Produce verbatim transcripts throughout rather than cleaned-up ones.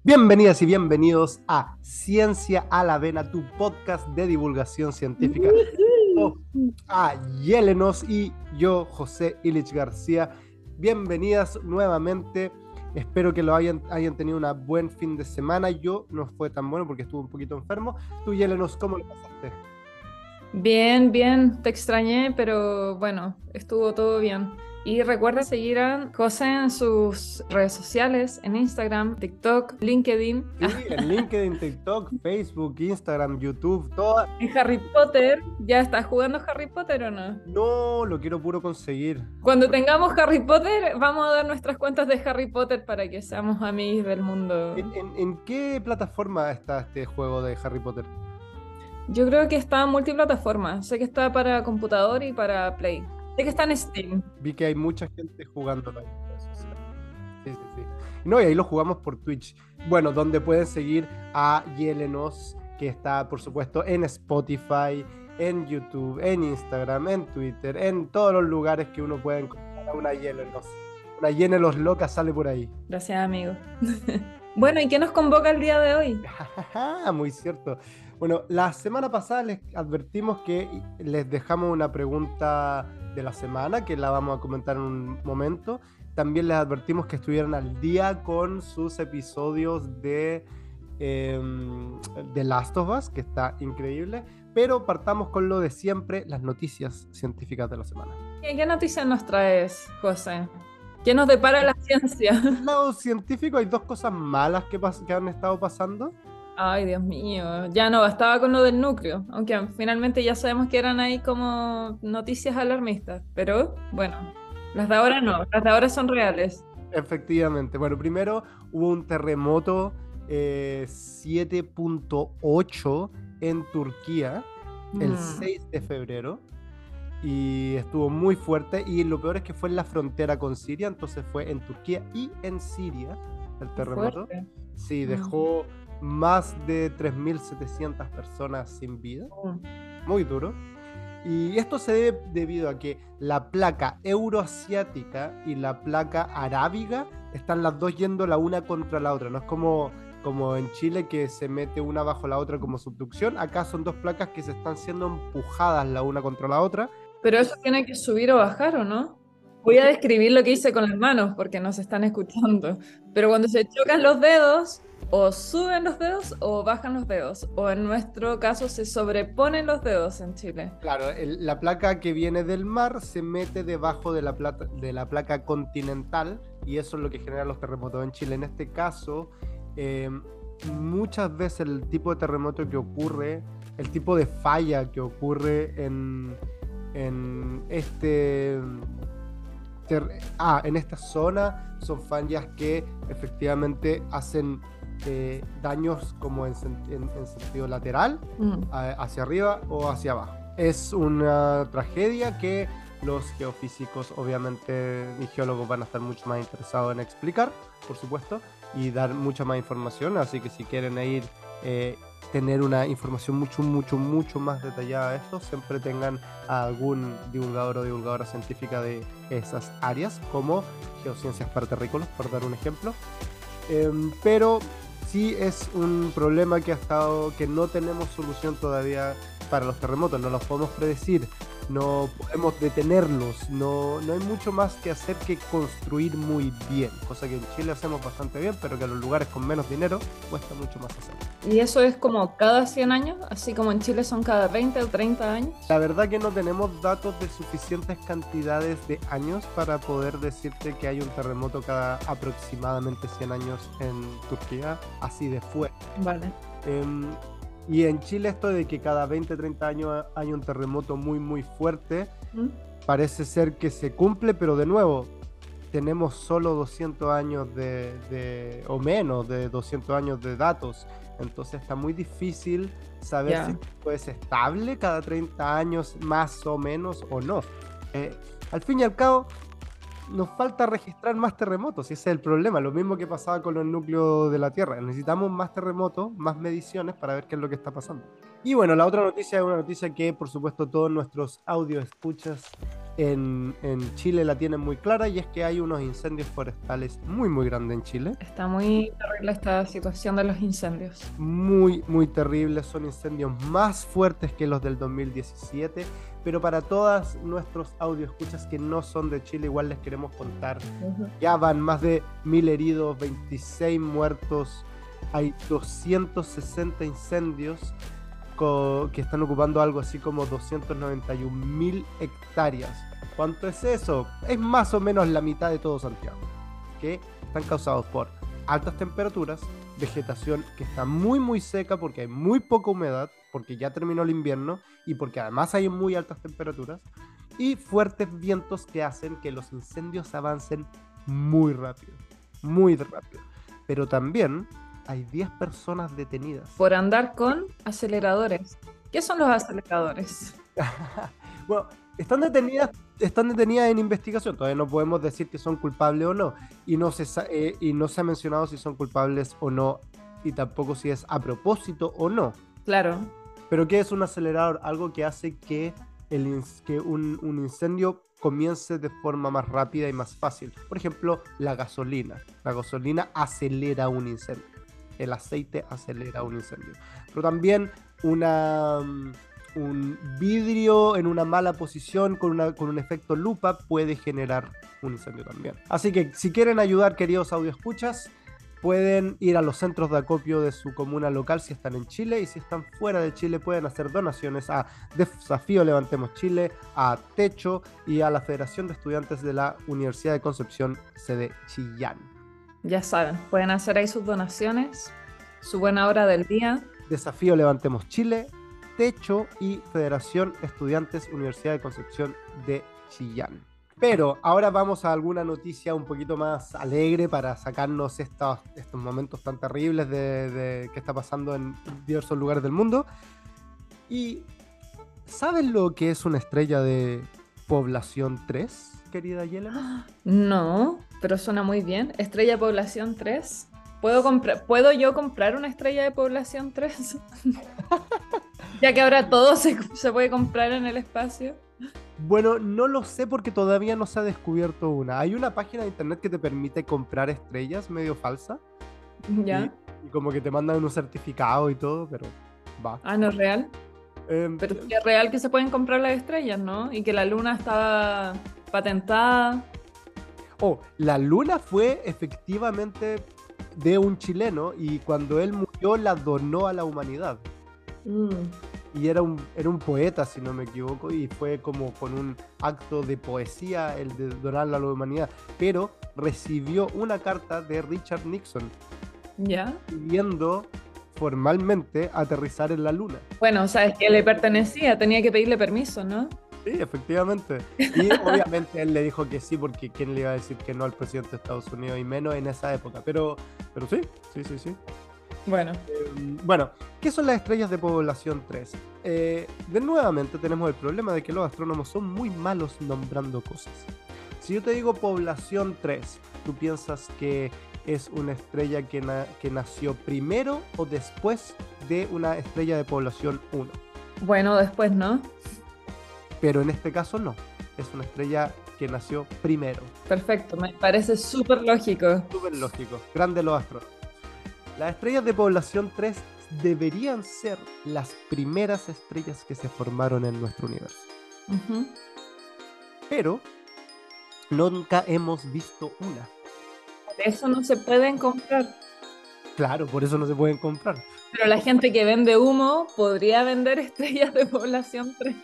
Bienvenidas y bienvenidos a Ciencia a la Vena, tu podcast de divulgación científica. Oh, a Yelenos y yo, José Ilich García. Bienvenidas nuevamente. Espero que lo hayan, hayan tenido un buen fin de semana. Yo no fue tan bueno porque estuve un poquito enfermo. Tú, Yelenos, ¿cómo lo pasaste? Bien, bien, te extrañé, pero bueno, estuvo todo bien. Y recuerda seguir a José en sus redes sociales, en Instagram, TikTok, LinkedIn, Sí, en LinkedIn, TikTok, Facebook, Instagram, YouTube, todas. en Harry Potter. ¿Ya estás jugando Harry Potter o no? No, lo quiero puro conseguir. Cuando tengamos Harry Potter, vamos a dar nuestras cuentas de Harry Potter para que seamos amigos del ¿En, mundo. en, en qué plataforma está este juego de Harry Potter? Yo creo que está en multiplataforma. Sé que está para computador y para Play. Sé que está en Steam. Vi que hay mucha gente jugándolo ahí en redes sociales. Sí, sí, sí. No, y ahí lo jugamos por Twitch. Bueno, donde pueden seguir a Yelenos, que está, por supuesto, en Spotify, en YouTube, en Instagram, en Twitter, en todos los lugares que uno puede encontrar a una Yelenos. Una Yelenos loca sale por ahí. Gracias, amigo. Bueno, ¿y qué nos convoca el día de hoy? Muy cierto. Bueno, la semana pasada les advertimos que les dejamos una pregunta de la semana, que la vamos a comentar en un momento. También les advertimos que estuvieran al día con sus episodios de eh, The Last of Us, que está increíble. Pero partamos con lo de siempre, las noticias científicas de la semana. ¿Qué, qué noticias nos traes, José? ¿Qué nos depara la ciencia? Del lado científico hay dos cosas malas que, pas- que han estado pasando. Ay, Dios mío, ya no bastaba con lo del núcleo, aunque finalmente ya sabemos que eran ahí como noticias alarmistas, pero bueno, las de ahora no, las de ahora son reales. Efectivamente. Bueno, primero hubo un terremoto eh, siete punto ocho en Turquía el Mm, seis de febrero y estuvo muy fuerte y lo peor es que fue en la frontera con Siria, entonces fue en Turquía y en Siria el qué terremoto. fuerte. Sí, Mm, dejó más de tres mil setecientas personas sin vida, mm. muy duro. Y esto se debe debido a que la placa euroasiática y la placa arábiga están las dos yendo la una contra la otra. No es como, como en Chile que se mete una bajo la otra como subducción. Acá son dos placas que se están siendo empujadas la una contra la otra. Pero eso tiene que subir o bajar, ¿o no? Voy a describir lo que hice con las manos porque nos están escuchando. Pero cuando se chocan los dedos, o suben los dedos o bajan los dedos. O en nuestro caso se sobreponen los dedos en Chile. Claro, el- la placa que viene del mar se mete debajo de la, plata- de la placa continental y eso es lo que genera los terremotos en Chile. En este caso, eh, muchas veces el tipo de terremoto que ocurre, el tipo de falla que ocurre en, en este ter- ah, en esta zona son fallas que efectivamente hacen eh, daños como en, sen- en- en sentido lateral, Mm. a- hacia arriba o hacia abajo. Es una tragedia que los geofísicos, obviamente, y geólogos van a estar mucho más interesados en explicar, por supuesto, y dar mucha más información. Así que si quieren ir, eh, tener una información mucho, mucho, mucho más detallada de esto, siempre tengan a algún divulgador o divulgadora científica de esas áreas, como Geociencias para Terrícolas, por dar un ejemplo. Em, pero sí es un problema que ha estado, que no tenemos solución todavía para los terremotos, no los podemos predecir, no podemos detenerlos, no, no hay mucho más que hacer que construir muy bien, cosa que en Chile hacemos bastante bien, pero que en los lugares con menos dinero cuesta mucho más hacer. Y eso es como cada cien años, así como en Chile son cada veinte o treinta años. La verdad que no tenemos datos de suficientes cantidades de años para poder decirte que hay un terremoto cada aproximadamente cien años en Turquía, así de fuerte. Vale. Em, y en Chile esto de que cada veinte treinta años hay un terremoto muy muy fuerte, ¿Mm? parece ser que se cumple, pero de nuevo, tenemos solo doscientos años de, de- o menos de doscientos años de datos. Entonces está muy difícil saber si Ya. esto es estable cada treinta años más o menos o no. Eh, al fin y al cabo, nos falta registrar más terremotos, y ese es el problema. Lo mismo que pasaba con los núcleos de la Tierra. Necesitamos más terremotos, más mediciones para ver qué es lo que está pasando. Y bueno, la otra noticia es una noticia que, por supuesto, todos nuestros audio escuchas en, en Chile la tienen muy clara, y es que hay unos incendios forestales muy, muy grandes en Chile. Está muy terrible esta situación de los incendios. Muy, muy terribles. Son incendios más fuertes que los del dos mil diecisiete. Pero para todas nuestros audio escuchas que no son de Chile, igual les queremos contar. Ujú. Ya van más de mil heridos, veintiséis muertos. Hay doscientos sesenta incendios que están ocupando algo así como doscientas noventa y un mil hectáreas. ¿Cuánto es eso? Es más o menos la mitad de todo Santiago, que están causados por altas temperaturas, vegetación que está muy muy seca porque hay muy poca humedad, porque ya terminó el invierno y porque además hay muy altas temperaturas, y fuertes vientos que hacen que los incendios avancen muy rápido, muy rápido. Pero también hay diez personas detenidas. Por andar con aceleradores. ¿Qué son los aceleradores? Bueno, están detenidas, están detenidas en investigación. Todavía no podemos decir que son culpables o no. Y no se, eh, y no se ha mencionado si son culpables o no. Y tampoco si es a propósito o no. Claro. Pero ¿qué es un acelerador? Algo que hace que, el, que un, un incendio comience de forma más rápida y más fácil. Por ejemplo, la gasolina. La gasolina acelera un incendio. El aceite acelera un incendio. Pero también una, un vidrio en una mala posición con, una, con un efecto lupa puede generar un incendio también. Así que si quieren ayudar, queridos audioescuchas, pueden ir a los centros de acopio de su comuna local si están en Chile, y si están fuera de Chile pueden hacer donaciones a Desafío Levantemos Chile, a Techo y a la Federación de Estudiantes de la Universidad de Concepción, sede Chillán. Ya saben, pueden hacer ahí sus donaciones, su buena hora del día. Desafío Levantemos Chile, Techo y Federación Estudiantes Universidad de Concepción de Chillán. Pero ahora vamos a alguna noticia un poquito más alegre para sacarnos estos, estos momentos tan terribles de, de que está pasando en diversos lugares del mundo. ¿Y saben lo que es una estrella de población tres, querida Yelena? No, pero suena muy bien. Estrella población tres. ¿Puedo, comprar, ¿Puedo yo comprar una estrella de población tres? Ya que ahora todo se, se puede comprar en el espacio. Bueno, no lo sé porque todavía no se ha descubierto una. Hay una página de internet que te permite comprar estrellas medio falsa. Ya. Y, y como que te mandan un certificado y todo, pero va. Ah, no es real. Eh, Pero sí es real que se pueden comprar las estrellas, ¿no? Y que la luna estaba patentada. oh, la luna fue efectivamente de un chileno, y cuando él murió la donó a la humanidad. Mm. Y era un, era un poeta, si no me equivoco, y fue como con un acto de poesía el de donarla a la humanidad. Pero recibió una carta de Richard Nixon ¿Ya? pidiendo formalmente aterrizar en la luna. Bueno, o sea, es que le pertenecía, tenía que pedirle permiso, ¿no? Sí, efectivamente. Y obviamente él le dijo que sí, porque ¿quién le iba a decir que no al presidente de Estados Unidos? Y menos en esa época. Pero, pero sí, sí, sí, sí. Bueno. Eh, bueno, ¿qué son las estrellas de población tres? Eh, de nuevamente tenemos el problema de que los astrónomos son muy malos nombrando cosas. Si yo te digo población tres, ¿tú piensas que es una estrella que, na que nació primero o después de una estrella de población uno? Bueno, después, ¿no? Pero en este caso no, es una estrella que nació primero. Perfecto, me parece súper lógico. Súper lógico, grande los astros. Las estrellas de población tres deberían ser las primeras estrellas que se formaron en nuestro universo. Uh-huh. Pero nunca hemos visto una. Por eso no se pueden comprar. Claro, por eso no se pueden comprar. Pero la gente que vende humo podría vender estrellas de población tres.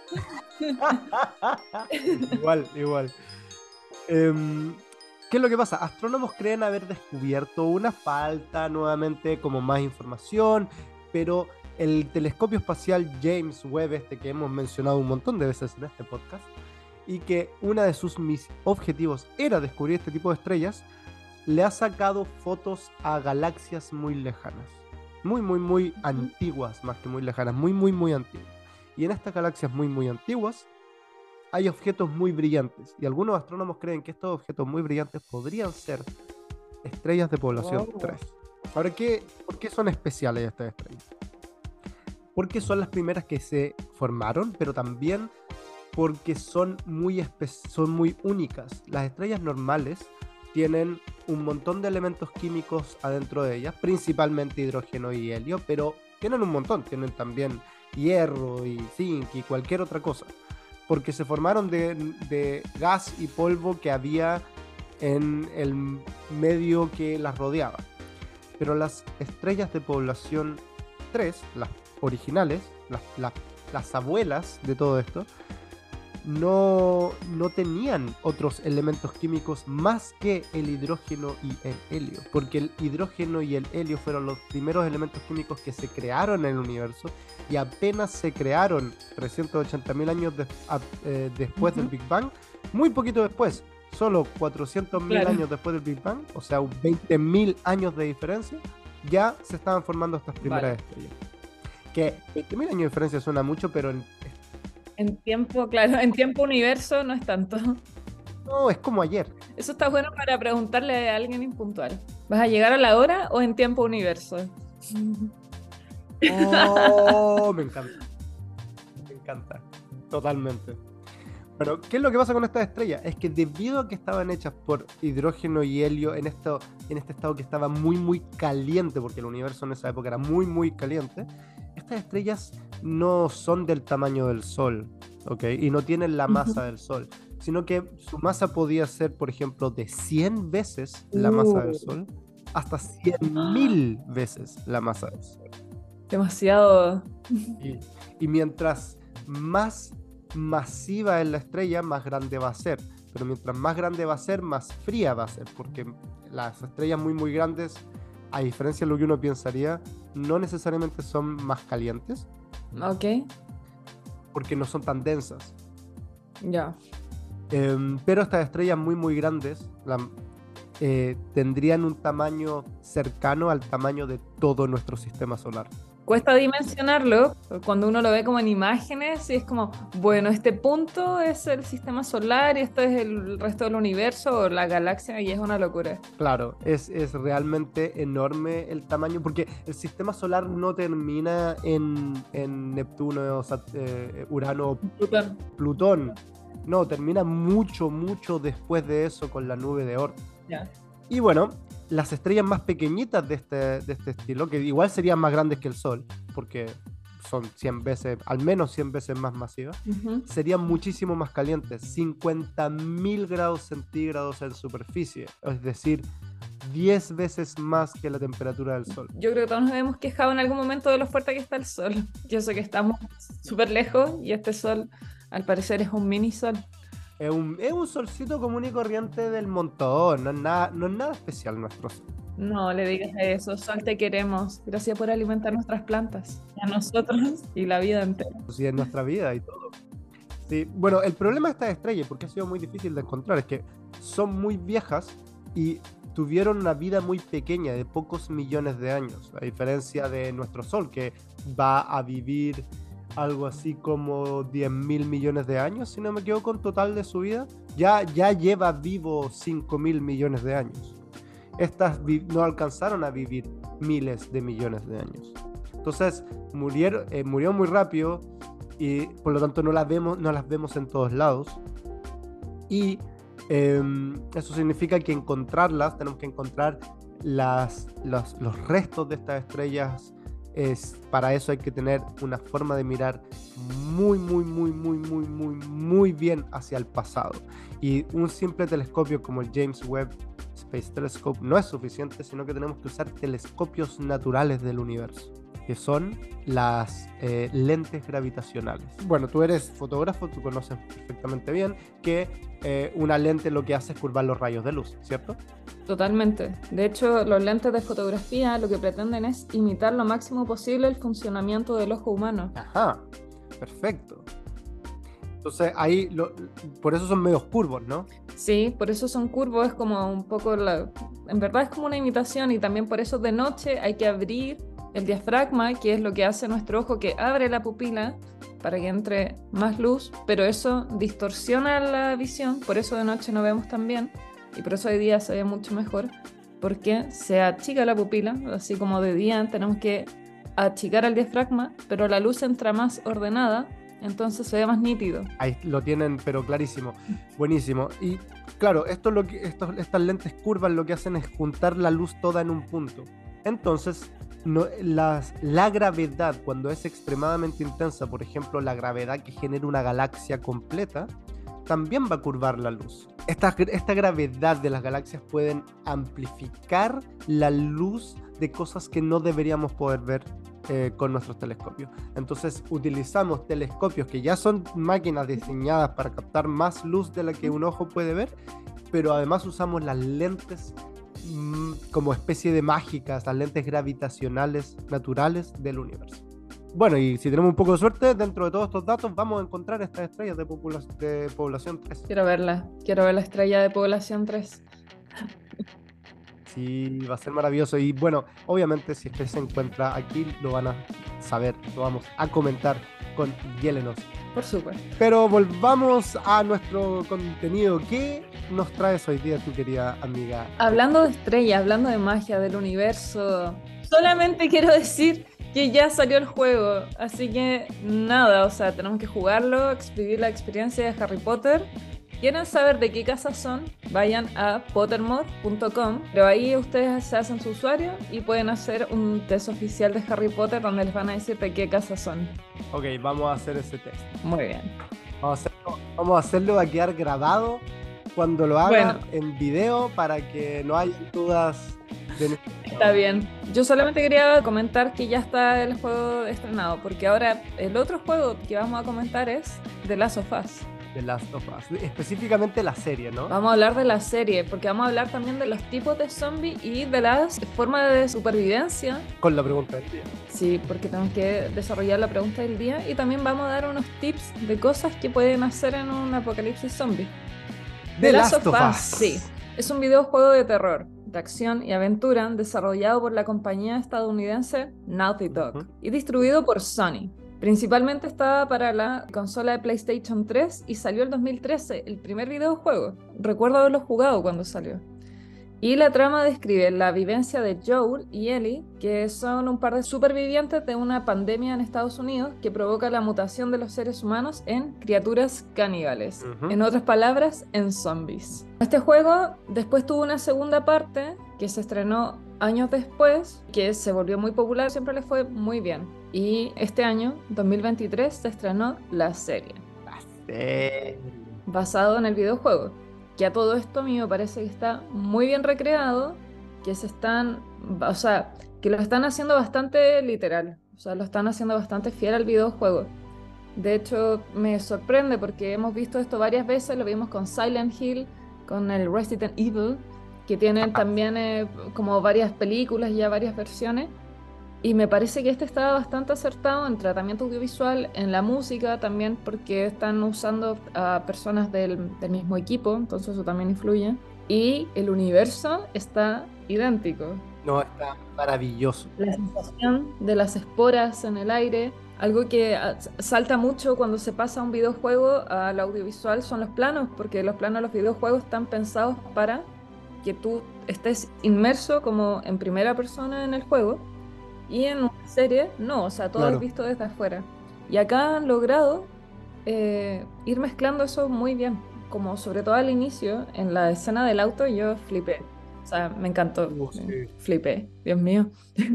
Igual, igual. Um, ¿Qué es lo que pasa? Astrónomos creen haber descubierto una, falta nuevamente como más información, pero el telescopio espacial James Webb, este que hemos mencionado un montón de veces en este podcast, y que uno de sus mis objetivos era descubrir este tipo de estrellas, le ha sacado fotos a galaxias muy lejanas, muy, muy, muy uh-huh. antiguas, más que muy lejanas, muy, muy, muy antiguas. Y en estas galaxias muy, muy antiguas hay objetos muy brillantes, y algunos astrónomos creen que estos objetos muy brillantes podrían ser estrellas de población wow. tres. Ahora, ¿qué, ¿por qué son especiales estas estrellas? porque son las primeras que se formaron, pero también porque son muy, espe- son muy únicas. Las estrellas normales tienen un montón de elementos químicos adentro de ellas, principalmente hidrógeno y helio, pero tienen un montón, tienen también hierro y zinc y cualquier otra cosa, porque se formaron de, de gas y polvo que había en el medio que las rodeaba. Pero las estrellas de población tres, las originales, las, las, las abuelas de todo esto, no, no tenían otros elementos químicos más que el hidrógeno y el helio, porque el hidrógeno y el helio fueron los primeros elementos químicos que se crearon en el universo y apenas se crearon trescientos ochenta mil años de, a, eh, después uh-huh. del Big Bang, muy poquito después, solo cuatrocientos mil claro. años después del Big Bang, o sea, veinte mil años de diferencia, ya se estaban formando estas primeras vale. estrellas. Que veinte mil años de diferencia suena mucho, pero en, En tiempo, claro, en tiempo universo no es tanto. No, es como ayer. Eso está bueno para preguntarle a alguien impuntual. ¿Vas a llegar a la hora o en tiempo universo? Oh, me encanta. Me encanta. Totalmente. Pero, ¿qué es lo que pasa con estas estrellas? Es que debido a que estaban hechas por hidrógeno y helio en, esto, en este estado que estaba muy, muy caliente, porque el universo en esa época era muy, muy caliente, estas estrellas no son del tamaño del Sol, ¿ok? Y no tienen la masa uh-huh. del Sol, sino que su masa podía ser, por ejemplo, de cien veces la uh. masa del Sol hasta cien mil veces la masa del Sol. Demasiado. Y, y mientras más masiva es la estrella, más grande va a ser. Pero mientras más grande va a ser, más fría va a ser, porque las estrellas muy, muy grandes, a diferencia de lo que uno pensaría, no necesariamente son más calientes. Ok. Porque no son tan densas. Ya. Eh, pero estas estrellas muy muy grandes la, eh, tendrían un tamaño cercano al tamaño de todo nuestro sistema solar. Cuesta dimensionarlo, cuando uno lo ve como en imágenes y es como, bueno, este punto es el sistema solar y esto es el resto del universo o la galaxia, y es una locura. Claro, es, es realmente enorme el tamaño, porque el sistema solar no termina en, en Neptuno, o sea, eh, Urano o Plutón. Plutón. No, termina mucho, mucho después de eso con la nube de Oort. Ya. Y bueno, las estrellas más pequeñitas de este, de este estilo, que igual serían más grandes que el Sol, porque son cien veces, al menos cien veces más masivas, uh-huh. serían muchísimo más calientes, cincuenta mil grados centígrados en superficie, es decir, diez veces más que la temperatura del Sol. Yo creo que todos nos hemos quejado en algún momento de lo fuerte que está el Sol. Yo sé que estamos súper lejos y este Sol, al parecer, es un mini Sol. Es un, es un solcito común y corriente del montón, no es nada, no es nada especial nuestro Sol. No le digas eso, Sol, te queremos. Gracias por alimentar nuestras plantas, a nosotros y la vida entera. Sí, en nuestra vida y todo. Sí, bueno, el problema de estas estrellas, porque ha sido muy difícil de encontrar, es que son muy viejas y tuvieron una vida muy pequeña, de pocos millones de años, a diferencia de nuestro Sol, que va a vivir algo así como diez mil millones de años, si no me equivoco, en total de su vida. Ya, ya lleva vivo cinco mil millones de años. Estas vi- no alcanzaron a vivir miles de millones de años. Entonces murieron, eh, murió muy rápido y por lo tanto no las vemos, no las vemos en todos lados. Y eh, eso significa que encontrarlas, tenemos que encontrar las, los, los restos de estas estrellas. Es, para eso hay que tener una forma de mirar muy, muy, muy, muy, muy, muy, muy bien hacia el pasado. Y un simple telescopio como el James Webb Space Telescope no es suficiente, sino que tenemos que usar telescopios naturales del universo, que son las eh, lentes gravitacionales. Bueno, tú eres fotógrafo, tú conoces perfectamente bien que eh, una lente lo que hace es curvar los rayos de luz, ¿cierto? Totalmente. De hecho, los lentes de fotografía lo que pretenden es imitar lo máximo posible el funcionamiento del ojo humano. Ajá, perfecto. Entonces ahí, lo, por eso son medios curvos, ¿no? Sí, por eso son curvos, es como un poco, la, en verdad es como una imitación, y también por eso de noche hay que abrir el diafragma, que es lo que hace nuestro ojo, que abre la pupila para que entre más luz, pero eso distorsiona la visión, por eso de noche no vemos tan bien, y por eso de día se ve mucho mejor, porque se achica la pupila, así como de día tenemos que achicar el diafragma, pero la luz entra más ordenada, entonces se ve más nítido. Ahí lo tienen, pero clarísimo. Buenísimo. Y claro, esto es lo que, estos, estas lentes curvas lo que hacen es juntar la luz toda en un punto. Entonces, no, las, la gravedad, cuando es extremadamente intensa, por ejemplo, la gravedad que genera una galaxia completa, también va a curvar la luz. Esta, esta gravedad de las galaxias pueden amplificar la luz de cosas que no deberíamos poder ver eh, con nuestros telescopios. Entonces utilizamos telescopios que ya son máquinas diseñadas para captar más luz de la que un ojo puede ver, pero además usamos las lentes mmm, como especie de mágicas, las lentes gravitacionales naturales del universo. Bueno, y si tenemos un poco de suerte, dentro de todos estos datos vamos a encontrar estas estrellas de, pobla de población tres. Quiero verla, quiero ver la estrella de población tres. Sí, va a ser maravilloso. Y bueno, obviamente si es que se encuentra aquí, lo van a saber, lo vamos a comentar con Yelenos. Por supuesto. Pero volvamos a nuestro contenido. ¿Qué nos traes hoy día, tu querida amiga? Hablando de estrellas, hablando de magia, del universo, solamente quiero decir que ya salió el juego, así que nada, o sea, tenemos que jugarlo, vivir la experiencia de Harry Potter. ¿Quieren saber de qué casa son? Vayan a pottermore punto com, pero ahí ustedes se hacen su usuario y pueden hacer un test oficial de Harry Potter donde les van a decir de qué casa son. Ok, vamos a hacer ese test. Muy bien. Vamos a hacerlo, vamos a hacerlo, va a quedar grabado cuando lo haga bueno. en video para que no haya dudas. De... Está bien. Yo solamente quería comentar que ya está el juego estrenado, porque ahora el otro juego que vamos a comentar es The Last of Us. The Last of Us, específicamente la serie, ¿no? Vamos a hablar de la serie, porque vamos a hablar también de los tipos de zombies y de las formas de supervivencia. Con la pregunta del día. Sí, porque tenemos que desarrollar la pregunta del día y también vamos a dar unos tips de cosas que pueden hacer en un apocalipsis zombie. The, The Last, Last of Us. Sí, es un videojuego de terror, de acción y aventura desarrollado por la compañía estadounidense Naughty Dog uh-huh. y distribuido por Sony. Principalmente estaba para la consola de PlayStation tres y salió el dos mil trece, el primer videojuego. Recuerdo haberlo jugado cuando salió. Y la trama describe la vivencia de Joel y Ellie, que son un par de supervivientes de una pandemia en Estados Unidos que provoca la mutación de los seres humanos en criaturas caníbales. Uh-huh. En otras palabras, en zombies. Este juego después tuvo una segunda parte que se estrenó años después, que se volvió muy popular, siempre le fue muy bien. Y este año, dos mil veintitrés, se estrenó la serie. La serie. Basado en el videojuego. Que a todo esto a mí me parece que está muy bien recreado, que se están, o sea, que lo están haciendo bastante literal, o sea, lo están haciendo bastante fiel al videojuego. De hecho, me sorprende porque hemos visto esto varias veces, lo vimos con Silent Hill, con el Resident Evil, que tienen también eh, como varias películas y ya varias versiones. Y me parece que este está bastante acertado en tratamiento audiovisual, en la música también, porque están usando a personas del, del mismo equipo, entonces eso también influye. Y el universo está idéntico. No, está maravilloso. La sensación de las esporas en el aire, algo que salta mucho cuando se pasa a un videojuego al audiovisual son los planos, porque los planos de los videojuegos están pensados para que tú estés inmerso como en primera persona en el juego. Y en una serie, no, o sea, todo claro. es visto desde afuera. Y acá han logrado eh, ir mezclando eso muy bien. Como sobre todo al inicio, en la escena del auto, yo flipé. O sea, me encantó. Uh, sí. Flipé, Dios mío.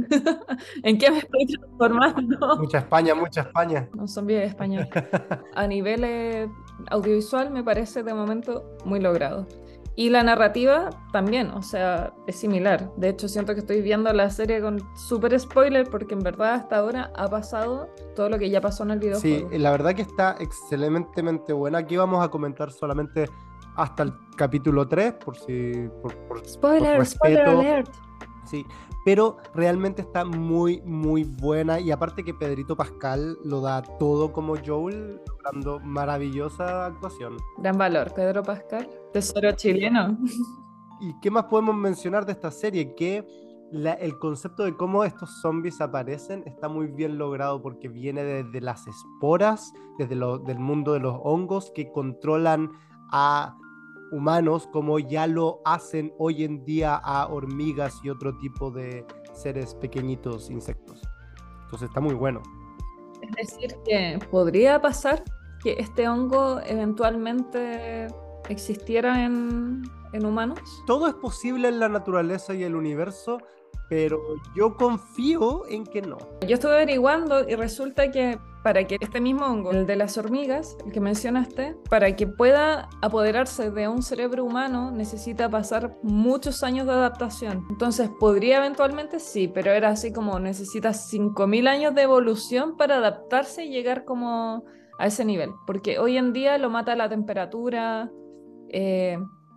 ¿En qué me estoy transformando? Mucha España, mucha España. No son bien español. A nivel eh, audiovisual me parece de momento muy logrado. Y la narrativa también, o sea, es similar. De hecho, siento que estoy viendo la serie con súper spoiler porque en verdad hasta ahora ha pasado todo lo que ya pasó en el videojuego. Sí, la verdad que está excelentemente buena. Aquí vamos a comentar solamente hasta el capítulo tres, por si... Por, por, spoiler, por spoiler alert. Sí, pero realmente está muy, muy buena. Y aparte que Pedrito Pascal lo da todo como Joel, logrando maravillosa actuación. Gran valor, Pedro Pascal, tesoro chileno. ¿Y qué más podemos mencionar de esta serie? Que la, el concepto de cómo estos zombies aparecen está muy bien logrado porque viene desde las esporas, desde lo, del mundo de los hongos que controlan a humanos, como ya lo hacen hoy en día a hormigas y otro tipo de seres pequeñitos, insectos. Entonces está muy bueno. Es decir, que podría pasar que este hongo eventualmente existiera en, en humanos. Todo es posible en la naturaleza y el universo, pero yo confío en que no. Yo estuve averiguando y resulta que para que este mismo hongo, el de las hormigas, el que mencionaste, para que pueda apoderarse de un cerebro humano, necesita pasar muchos años de adaptación. Entonces, podría eventualmente sí, pero era así como necesita cinco mil años de evolución para adaptarse y llegar como a ese nivel. Porque hoy en día lo mata la temperatura, eh,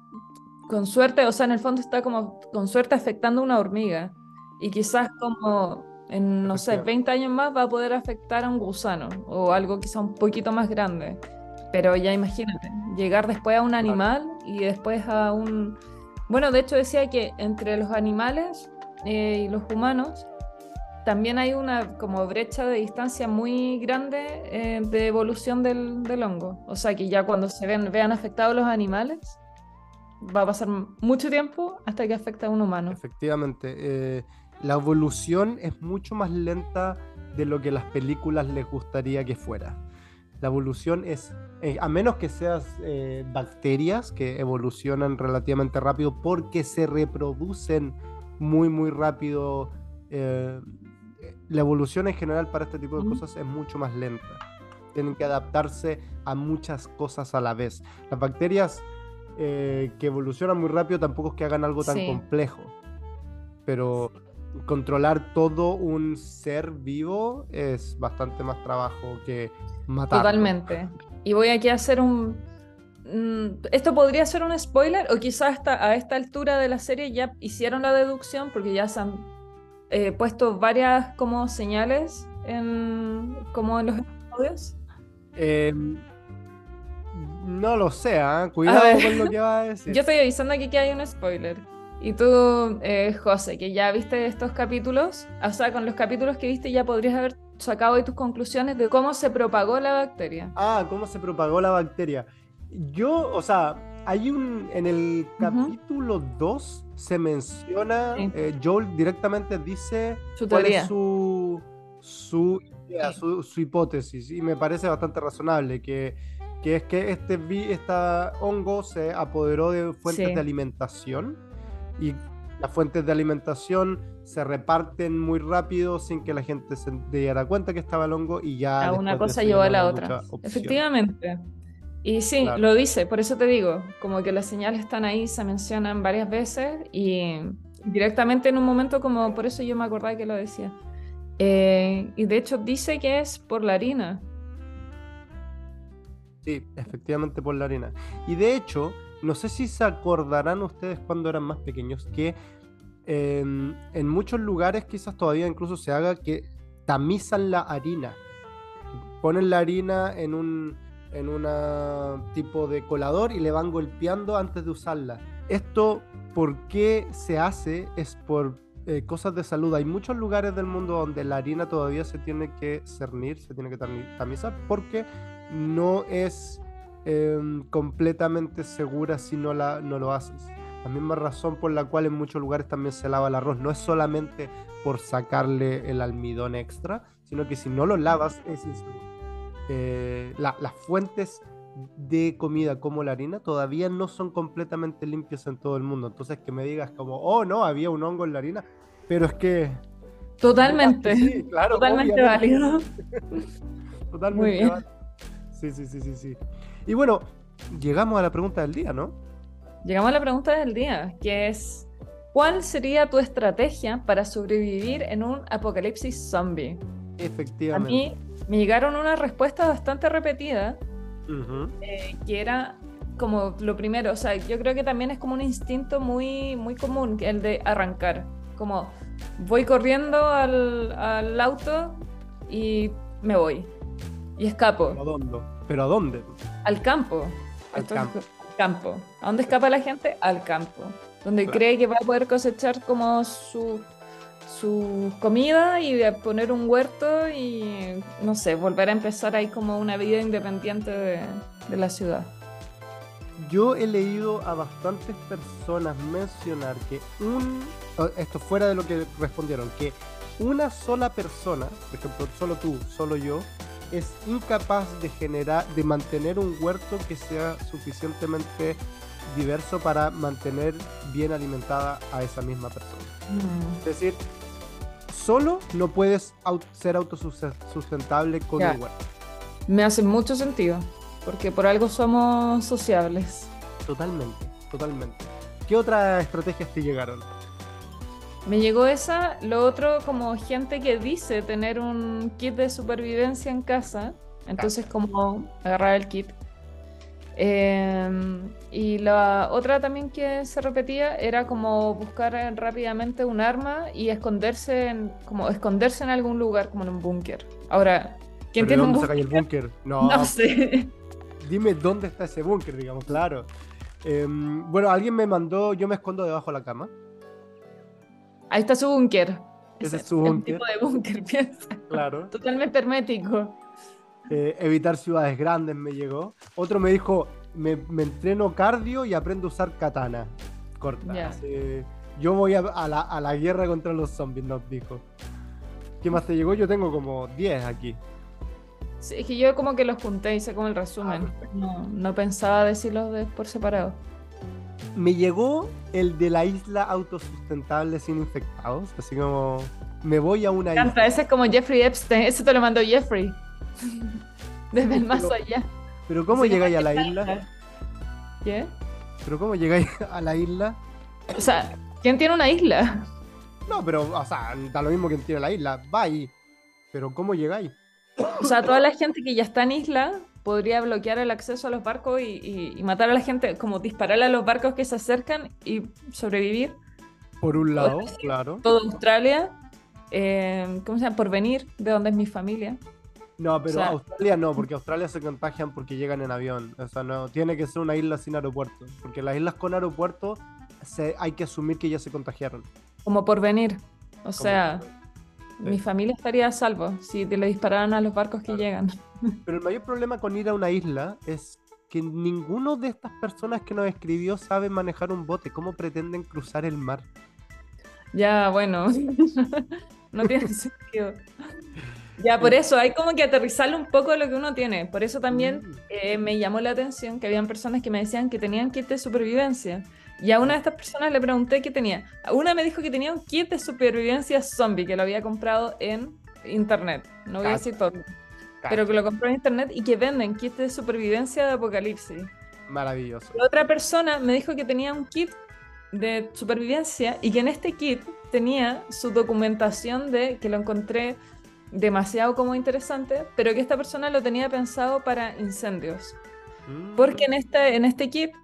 con suerte, o sea, en el fondo está como con suerte afectando a una hormiga. Y quizás como en, no sé, Efectivamente. veinte años más va a poder afectar a un gusano o algo quizá un poquito más grande. Pero ya imagínate, llegar después a un Claro. animal y después a un... Bueno, de hecho decía que entre los animales eh, y los humanos también hay una como brecha de distancia muy grande eh, de evolución del, del hongo. O sea que ya cuando se ven, vean afectados los animales, va a pasar mucho tiempo hasta que afecte a un humano. Efectivamente, eh, la evolución es mucho más lenta de lo que las películas les gustaría que fuera. La evolución es, eh, a menos que seas eh, bacterias que evolucionan relativamente rápido porque se reproducen muy, muy rápido. eh, la evolución en general para este tipo de ¿Mm? cosas es mucho más lenta. Tienen que adaptarse a muchas cosas a la vez. Las bacterias eh, que evolucionan muy rápido tampoco es que hagan algo tan Sí, complejo, pero controlar todo un ser vivo es bastante más trabajo que matarlo. totalmente. Y voy aquí a hacer un... mm, Esto podría ser un spoiler o quizás hasta a esta altura de la serie ya hicieron la deducción porque ya se han eh, puesto varias como señales en, como en los episodios. Eh, no lo sé, ¿ah? A ver, Cuidado con lo que va a yo decir. estoy avisando aquí que hay un spoiler. Y tú, eh, José, que ya viste estos capítulos, o sea, con los capítulos que viste ya podrías haber sacado ahí tus conclusiones de cómo se propagó la bacteria. Ah, ¿cómo se propagó la bacteria? Yo, o sea, hay un, en el Ujú, capítulo dos se menciona, sí, eh, Joel directamente dice su cuál es teoría. su, su idea, Sí, su, su hipótesis, y me parece bastante razonable, que, que es que este, vi- esta hongo se apoderó de fuentes de sí. alimentación, y las fuentes de alimentación se reparten muy rápido sin que la gente se diera cuenta que estaba el hongo, y ya A una después de cosa eso ya llevó a no la había otra. mucha opción. Efectivamente. Y sí, Claro. lo dice, por eso te digo, como que las señales están ahí, se mencionan varias veces y directamente en un momento como, por eso yo me acordaba que lo decía. Eh, y de hecho dice que es por la harina. Sí, efectivamente por la arena. Y de hecho, no sé si se acordarán ustedes cuando eran más pequeños que en, en muchos lugares quizás todavía incluso se haga que tamizan la harina. Ponen la harina en un en una tipo de colador y le van golpeando antes de usarla. Esto, ¿por qué se hace? Es por eh, cosas de salud. Hay muchos lugares del mundo donde la harina todavía se tiene que cernir, se tiene que tami- tamizar, porque no es eh, completamente segura si no, la, no lo haces. La misma razón por la cual en muchos lugares también se lava el arroz. No es solamente por sacarle el almidón extra, sino que si no lo lavas es inseguro. Eh, la- las fuentes de comida como la harina todavía no son completamente limpias en todo el mundo. Entonces que me digas como, oh no, había un hongo en la harina, pero es que de más que Totalmente, sí, claro, totalmente obviamente, válido. Muy totalmente bien. vale. Sí, sí, sí, sí, sí. Y bueno, llegamos a la pregunta del día, ¿no? Llegamos a la pregunta del día, que es, ¿cuál sería tu estrategia para sobrevivir en un apocalipsis zombie? A Efectivamente. mí me llegaron unas respuestas bastante repetidas, Ujú. eh, que era como lo primero, o sea, yo creo que también es como un instinto muy, muy común, que el de arrancar, como voy corriendo al, al auto y me voy, y ¿Pero a escapo, dónde? ¿Pero a dónde? al campo, Al esto es campo. al campo. ¿A dónde escapa la gente? Al campo, donde Claro. cree que va a poder cosechar como su su comida y de poner un huerto y, no sé, volver a empezar ahí como una vida independiente de, de la ciudad. Yo he leído a bastantes personas mencionar que un, o esto fuera de lo que respondieron, que una sola persona, por ejemplo, solo tú, solo yo, es incapaz de generar, de mantener un huerto que sea suficientemente diverso para mantener bien alimentada a esa misma persona. Mm. Es decir, solo no puedes au- ser autosustentable con Ya. un huerto. Me hace mucho sentido, porque por algo somos sociables. Totalmente, totalmente. ¿Qué otras estrategias te llegaron? Me llegó esa, lo otro como gente que dice tener un kit de supervivencia en casa, entonces como agarrar el kit. Eh, y la otra también que se repetía era como buscar eh, rápidamente un arma y esconderse en, como esconderse en algún lugar, como en un búnker. Ahora, ¿quién ¿Pero de tiene un dónde sacáis el búnker? búnker? No No, sé. dime dónde está ese búnker, digamos, claro. Em, bueno, alguien me mandó, yo me escondo debajo de la cama. Ahí está su búnker. Ese Ese es su es un tipo búnker, de búnker, piensa. claro. Totalmente hermético. Eh, evitar ciudades grandes me llegó. Otro me dijo, me, me entreno cardio y aprendo a usar katana. Corta. Ya. así, yo voy a, a la, a la guerra contra los zombies, nos dijo. ¿Qué más te llegó? Yo tengo como diez aquí. Sí, es que yo como que los junté, hice como el resumen. No, no pensaba decirlos de- por separado. Me llegó el de la isla autosustentable sin infectados. Así como, me voy a una Me encanta, isla. ese es como Jeffrey Epstein, ese te lo mandó Jeffrey. Desde el más Pero, allá. pero ¿cómo Se llama llegáis a la Esta isla? ¿Qué? ¿Pero cómo llegáis a la isla? O sea, ¿quién tiene una isla? No, pero, o sea, da lo mismo que tiene la isla. Va ahí. Pero ¿cómo llegáis? O sea, toda la gente que ya está en isla podría bloquear el acceso a los barcos y, y- y matar a la gente, como dispararle a los barcos que se acercan y sobrevivir. Por un O- lado, claro. Toda Australia, eh, ¿cómo se llama? Porvenir, de donde es mi familia. No, pero O sea- Australia no, porque Australia se contagian porque llegan en avión. O sea, no, tiene que ser una isla sin aeropuerto. Porque las islas con aeropuerto se, hay que asumir que ya se contagiaron. Como Porvenir. O sea, mi Sí. familia estaría a salvo si te le dispararan a los barcos que Claro. llegan. Pero el mayor problema con ir a una isla es que ninguno de estas personas que nos escribió sabe manejar un bote. ¿Cómo pretenden cruzar el mar? Ya, bueno, no tiene sentido. Ya, por eso hay como que aterrizarle un poco lo que uno tiene. Por eso también Mm. eh, me llamó la atención que habían personas que me decían que tenían kit de supervivencia. Y a una de estas personas le pregunté qué tenía. A una me dijo que tenía un kit de supervivencia zombie que lo había comprado en internet. No voy a Cacha, decir todo, pero que lo compró en internet y que venden kits de supervivencia de apocalipsis. Maravilloso. La otra persona me dijo que tenía un kit de supervivencia y que en este kit tenía su documentación de que lo encontré demasiado como interesante, pero que esta persona lo tenía pensado para incendios. Mm. Porque en este, en este kit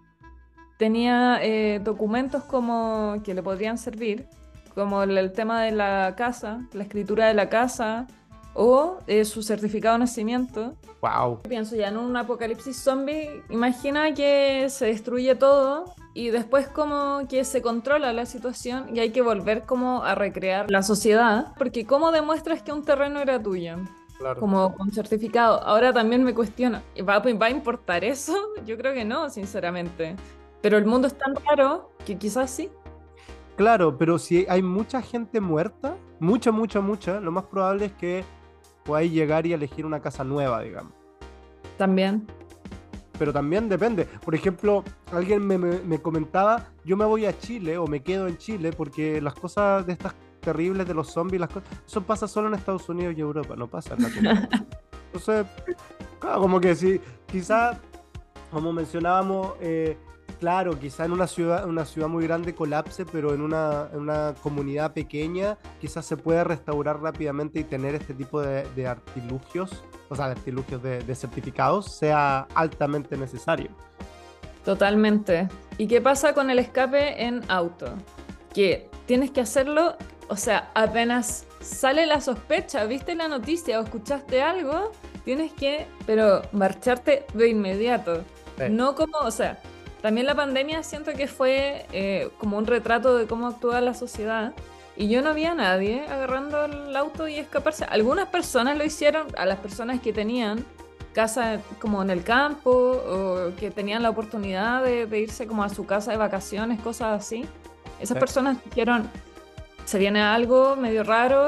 tenía eh, documentos como que le podrían servir, como el, el tema de la casa, la escritura de la casa o eh, su certificado de nacimiento. Wow. Pienso ya en un apocalipsis zombie, imagina que se destruye todo y después como que se controla la situación y hay que volver como a recrear la sociedad, porque ¿cómo demuestras que un terreno era tuyo? Claro. Como con certificado. Ahora también me cuestiono, ¿va, ¿va a importar eso? Yo creo que no, sinceramente. Pero el mundo es tan raro que quizás sí. Claro, pero si hay mucha gente muerta, mucha, mucha, mucha, lo más probable es que podáis llegar y elegir una casa nueva, digamos. También. Pero también depende. Por ejemplo, alguien me, me- me comentaba, yo me voy a Chile o me quedo en Chile porque las cosas de estas terribles de los zombies, las cosas, eso pasa solo en Estados Unidos y Europa, no pasa en Latinoamérica. Entonces, claro, como que si quizá, como mencionábamos, eh, claro, quizá en una ciudad, una ciudad muy grande colapse, pero en una, en una comunidad pequeña quizás se pueda restaurar rápidamente y tener este tipo de, de artilugios, o sea, de artilugios de, de certificados, sea altamente necesario. Totalmente. ¿Y qué pasa con el escape en auto? Que tienes que hacerlo, o sea, apenas sale la sospecha, viste la noticia o escuchaste algo, tienes que, pero marcharte de inmediato. Sí. No como, o sea, también la pandemia siento que fue eh, como un retrato de cómo actúa la sociedad. Y yo no vi a nadie agarrando el auto y escaparse. Algunas personas lo hicieron, a las personas que tenían casa como en el campo o que tenían la oportunidad de, de irse como a su casa de vacaciones, cosas así. Esas Sí. personas dijeron, se viene algo medio raro,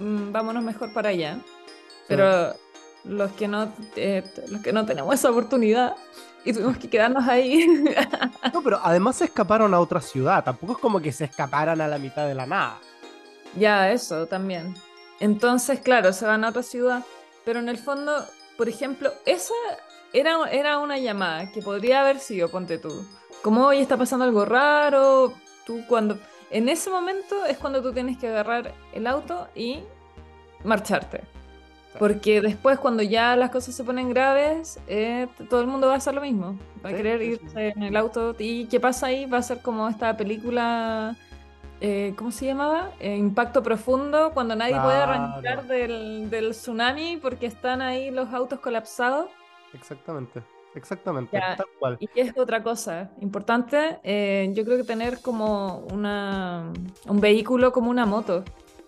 mm, vámonos mejor para allá. Pero los que no, eh, los que no tenemos esa oportunidad y tuvimos que quedarnos ahí. No, pero además se escaparon a otra ciudad. Tampoco es como que se escaparan a la mitad de la nada. Ya, eso también. Entonces, claro, se van a otra ciudad, pero en el fondo, por ejemplo, esa era, era una llamada que podría haber sido, ponte tú, como hoy está pasando algo raro, tú cuando... En ese momento es cuando tú tienes que agarrar el auto y marcharte. Porque después, cuando ya las cosas se ponen graves, eh, t- todo el mundo va a hacer lo mismo. Va a Sí, querer sí, sí. irse en el auto. ¿Y qué pasa ahí? Va a ser como esta película, eh, ¿cómo se llamaba? Eh, Impacto Profundo, cuando nadie puede Claro, arrancar del, del tsunami porque están ahí los autos colapsados. exactamente, exactamente, Ya. tal cual. Y es otra cosa importante, eh, yo creo que tener como una, un vehículo como una moto.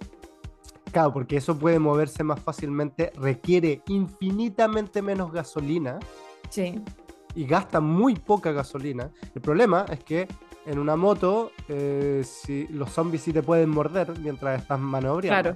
Claro, porque eso puede moverse más fácilmente, requiere infinitamente menos gasolina Sí, y gasta muy poca gasolina. El problema es que en una moto, eh, si, los zombies sí te pueden morder mientras estás maniobrando. claro.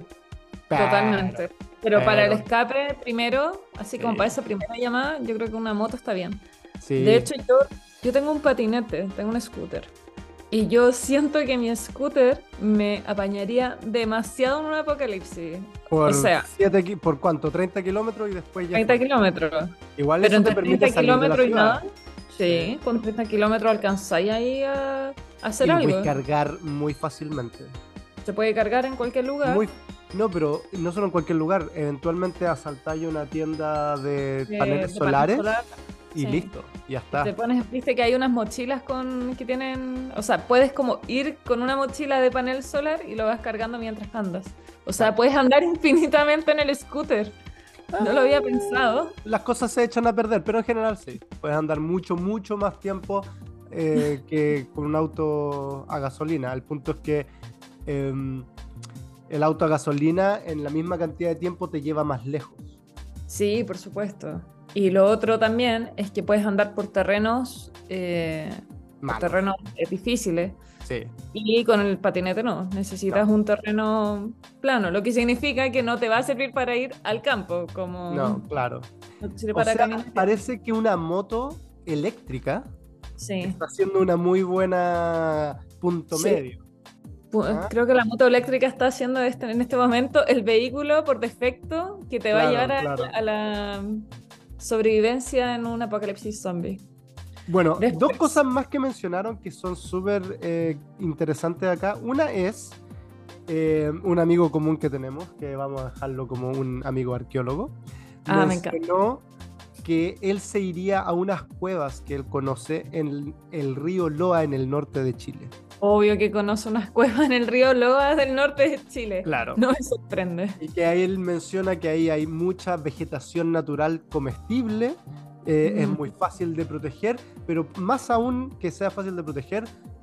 Pero, Totalmente. Pero para el pero, escape, primero, así como para sí, esa primera llamada, yo creo que una moto está bien. De sí, hecho, yo, yo tengo un patinete, tengo un scooter. Y yo siento que mi scooter me apañaría demasiado en un apocalipsis. O por sea, siete, ki- ¿por cuánto? Treinta kilómetros y después ya treinta fue. kilómetros. Igual Pero eso te entre permite treinta salir de la kilómetros y ciudad. nada, Sí. sí, con treinta kilómetros alcanzáis ahí a, a Y hacer lo puedes algo. cargar muy fácilmente. Se puede cargar en cualquier lugar. Muy, no, pero no solo en cualquier lugar. Eventualmente asaltáis una tienda de De, paneles de panel solares solar. y Sí. listo, ya Y te está. pones, viste que hay unas mochilas con que tienen, o sea, puedes como ir con una mochila de panel solar y lo vas cargando mientras andas. O sea, Claro. puedes andar infinitamente en el scooter. No lo había Ah, pensado. las cosas se echan a perder, pero en general sí. Puedes andar mucho, mucho más tiempo eh, que con un auto a gasolina. El punto es que em, el auto a gasolina en la misma cantidad de tiempo te lleva más lejos. Sí, por supuesto. Y lo otro también es que puedes andar por terrenos, eh, por Malos. terrenos eh, difíciles. Sí, Y con el patinete no, no, necesitas un terreno plano, lo que significa que no te va a servir para ir al campo, no, como claro. no te sirve O para sea, caminar. parece que una moto eléctrica Sí, está haciendo una muy buena punto sí. medio. Pu- ¿Ah? Creo que la moto eléctrica está haciendo este, en este momento el vehículo por defecto que te va a llevar Claro, a, claro. a la sobrevivencia en un apocalipsis zombie. Bueno, dos cosas Después, más que mencionaron que son súper eh, interesantes acá. Una es eh, un amigo común que tenemos, que vamos a dejarlo como un amigo arqueólogo, ah, me encanta. mencionó que él se iría a unas cuevas que él conoce en el río Loa en el norte de Chile. Obvio que conoce unas cuevas en el río Loa del norte de Chile. Claro. No me sorprende. Y que ahí él menciona que ahí hay mucha vegetación natural comestible, eh, es Mm, muy fácil de proteger, pero más aún que sea fácil de proteger,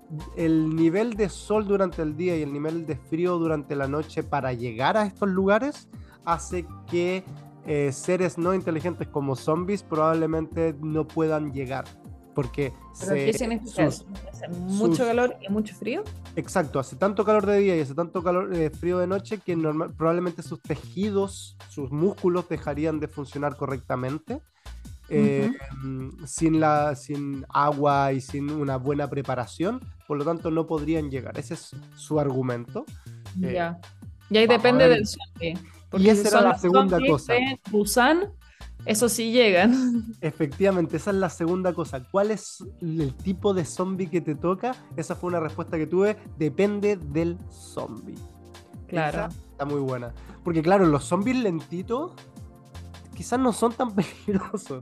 el nivel de sol durante el día y el nivel de frío durante la noche para llegar a estos lugares hace que eh, seres no inteligentes como zombies probablemente no puedan llegar. Porque ¿Pero se, qué significa sus, eso? ¿Hace mucho sus calor y mucho frío? Exacto, hace tanto calor de día y hace tanto calor eh, frío de noche que normal, probablemente sus tejidos, sus músculos dejarían de funcionar correctamente eh, Ujú. sin, la, sin agua y sin una buena preparación, por lo tanto no podrían llegar. Ese es su argumento. Eh, Ya. Y ahí vamos a depende ver. del zombie. Y Porque si esa era son la los segunda zombies cosa. de Busan, eso sí llegan. Efectivamente, esa es la segunda cosa. ¿Cuál es el tipo de zombie que te toca? Esa fue una respuesta que tuve. Depende del zombie. Claro. Esa está muy buena. Porque claro, los zombies lentitos quizás no son tan peligrosos.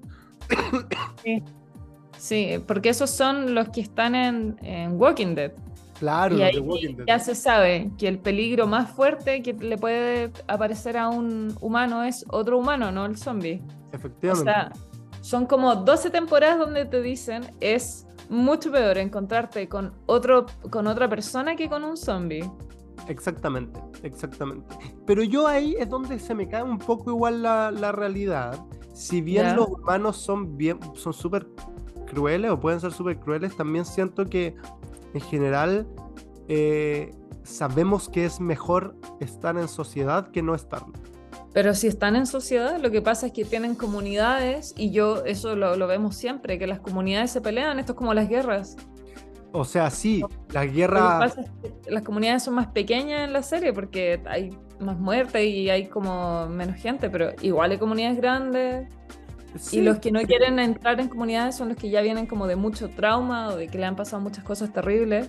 Sí. Sí, porque esos son los que están en, en Walking Dead. Claro, Y los ahí de Walking Dead. ya se sabe que el peligro más fuerte que le puede aparecer a un humano es otro humano, no el zombie. O Efectivamente. sea, son como doce temporadas donde te dicen es mucho peor encontrarte con otro, con otra persona que con un zombie. Exactamente, exactamente. Pero yo ahí es donde se me cae un poco igual la, la realidad. Si bien ¿Ya? los humanos son bien, son súper crueles o pueden ser súper crueles, también siento que en general eh, sabemos que es mejor estar en sociedad que no estarlo. Pero si están en sociedad, lo que pasa es que tienen comunidades y yo, eso lo, lo vemos siempre, que las comunidades se pelean, esto es como las guerras. O sea, sí, la Lo que guerra... pasa es que las comunidades son más pequeñas en la serie porque hay más muertes y hay como menos gente, pero igual hay comunidades grandes. Sí, Y los que no quieren entrar en comunidades son los que ya vienen como de mucho trauma o de que le han pasado muchas cosas terribles.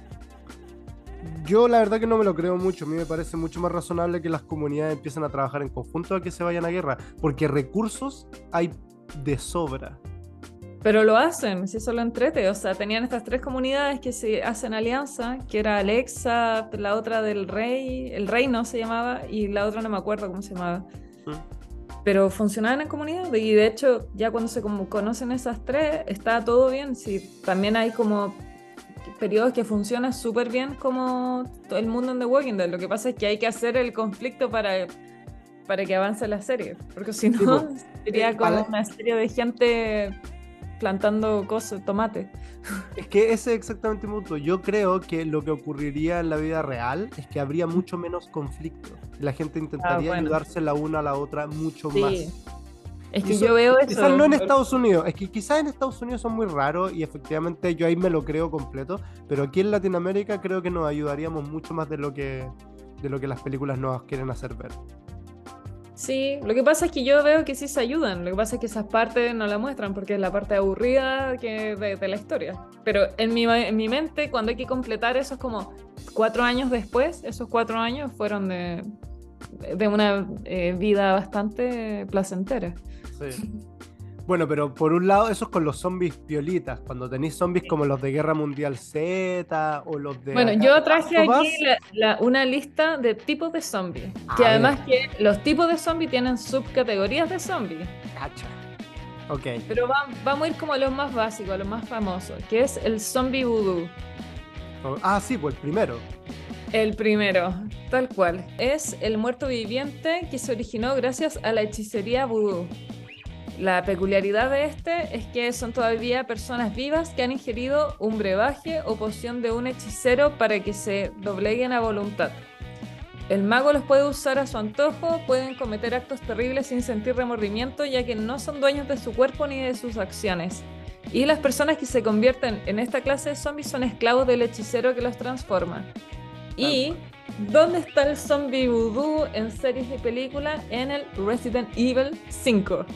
yo la verdad que no me lo creo mucho. A mí me parece mucho más razonable que las comunidades empiecen a trabajar en conjunto a que se vayan a guerra, porque recursos hay de sobra. Pero lo hacen, si eso lo entrete. O sea, tenían estas tres comunidades que se hacen alianza, que era Alexa, la otra del rey, el reino se llamaba, y la otra no me acuerdo cómo se llamaba. ¿Mm? Pero funcionaban en comunidad, y de hecho, ya cuando se como conocen esas tres, está todo bien. Sí, también hay como periodos que funcionan súper bien como todo el mundo en The Walking Dead. Lo que pasa es que hay que hacer el conflicto para, para que avance la serie, porque si Sí, no, po. sería Eh, como a una serie de gente plantando cosas, tomate. Es que ese es exactamente mi punto. Yo creo que lo que ocurriría en la vida real es que habría mucho menos conflicto. La gente Ah, intentaría bueno. ayudarse la una a la otra mucho Sí. más. Es Y que eso- yo veo quizás no en eso. Estados Unidos, es que quizás en Estados Unidos son muy raros y efectivamente yo ahí me lo creo completo, pero aquí en Latinoamérica creo que nos ayudaríamos mucho más de lo que, de lo que las películas nos quieren hacer ver. Sí, lo que pasa es que yo veo que sí se ayudan. Lo que pasa es que esas partes no la muestran porque es la parte aburrida que de, de la historia. Pero en mi, en mi mente, cuando hay que completar eso, es como cuatro años después, esos cuatro años fueron de, de una eh, vida bastante placentera. Sí. Bueno, pero por un lado, eso es con los zombies piolitas. Cuando tenéis zombies como los de Guerra Mundial Z o los de Bueno, acá yo de traje Last of aquí Us. la- la- una lista de tipos de zombies. Que A ver, además que los tipos de zombies tienen subcategorías de zombies. cacha. Ok. Pero va- vamos a ir como a los más básicos, a los más famosos, que es el zombie vudú. Oh, ah, sí, pues el primero. El primero, tal cual. Es el muerto viviente que se originó gracias a la hechicería vudú. La peculiaridad de este es que son todavía personas vivas que han ingerido un brebaje o poción de un hechicero para que se dobleguen a voluntad. El mago los puede usar a su antojo, pueden cometer actos terribles sin sentir remordimiento, ya que no son dueños de su cuerpo ni de sus acciones. Y las personas que se convierten en esta clase de zombies son esclavos del hechicero que los transforma. ¿Y dónde está el zombie vudú en series y películas? En el Resident Evil cinco.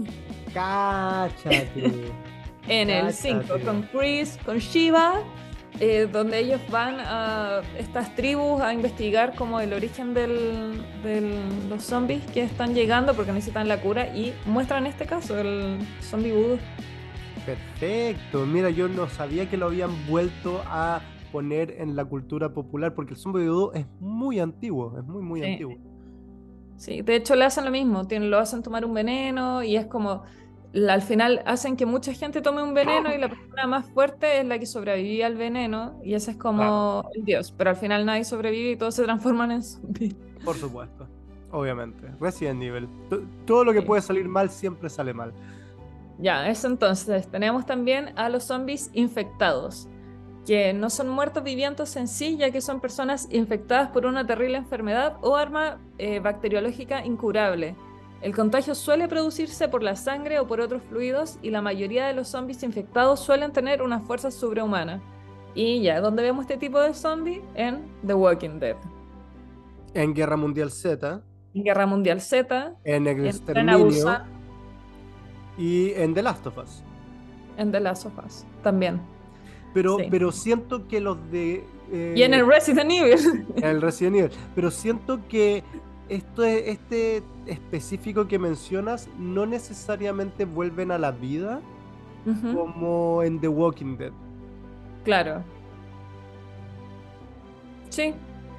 Cáchate. En el Cáchate. cinco, con Chris, con Shiva, eh, donde ellos van a estas tribus a investigar como el origen de los zombies que están llegando porque necesitan la cura y muestran este caso, el zombie vudú. Perfecto. Mira, yo no sabía que lo habían vuelto a poner en la cultura popular porque el zombie vudú es muy antiguo, es muy, muy Sí. antiguo. Sí, de hecho le hacen lo mismo, tienen, lo hacen tomar un veneno y es como, la- al final hacen que mucha gente tome un veneno y la persona más fuerte es la que sobrevivía al veneno y ese es como Claro. el dios, pero al final nadie sobrevive y todos se transforman en zombies. Por supuesto. Obviamente. Resident Evil. T- Todo lo que Sí. puede salir mal siempre sale mal. Ya, eso entonces, tenemos también a los zombies infectados, que no son muertos vivientes en sí, ya que son personas infectadas por una terrible enfermedad o arma eh, bacteriológica incurable. El contagio suele producirse por la sangre o por otros fluidos y la mayoría de los zombies infectados suelen tener una fuerza sobrehumana. Y ya, ¿dónde vemos este tipo de zombie? En The Walking Dead. En Guerra Mundial Z, En Guerra Mundial Z, en El en Tren a Exterminio Busan, y en The Last of Us. en The Last of Us también. Pero, Sí. pero siento que los de... eh, Y en el Resident Evil. el Resident Evil. Pero siento que esto es- este específico que mencionas no necesariamente vuelven a la vida Ujú, como en The Walking Dead. claro. Sí.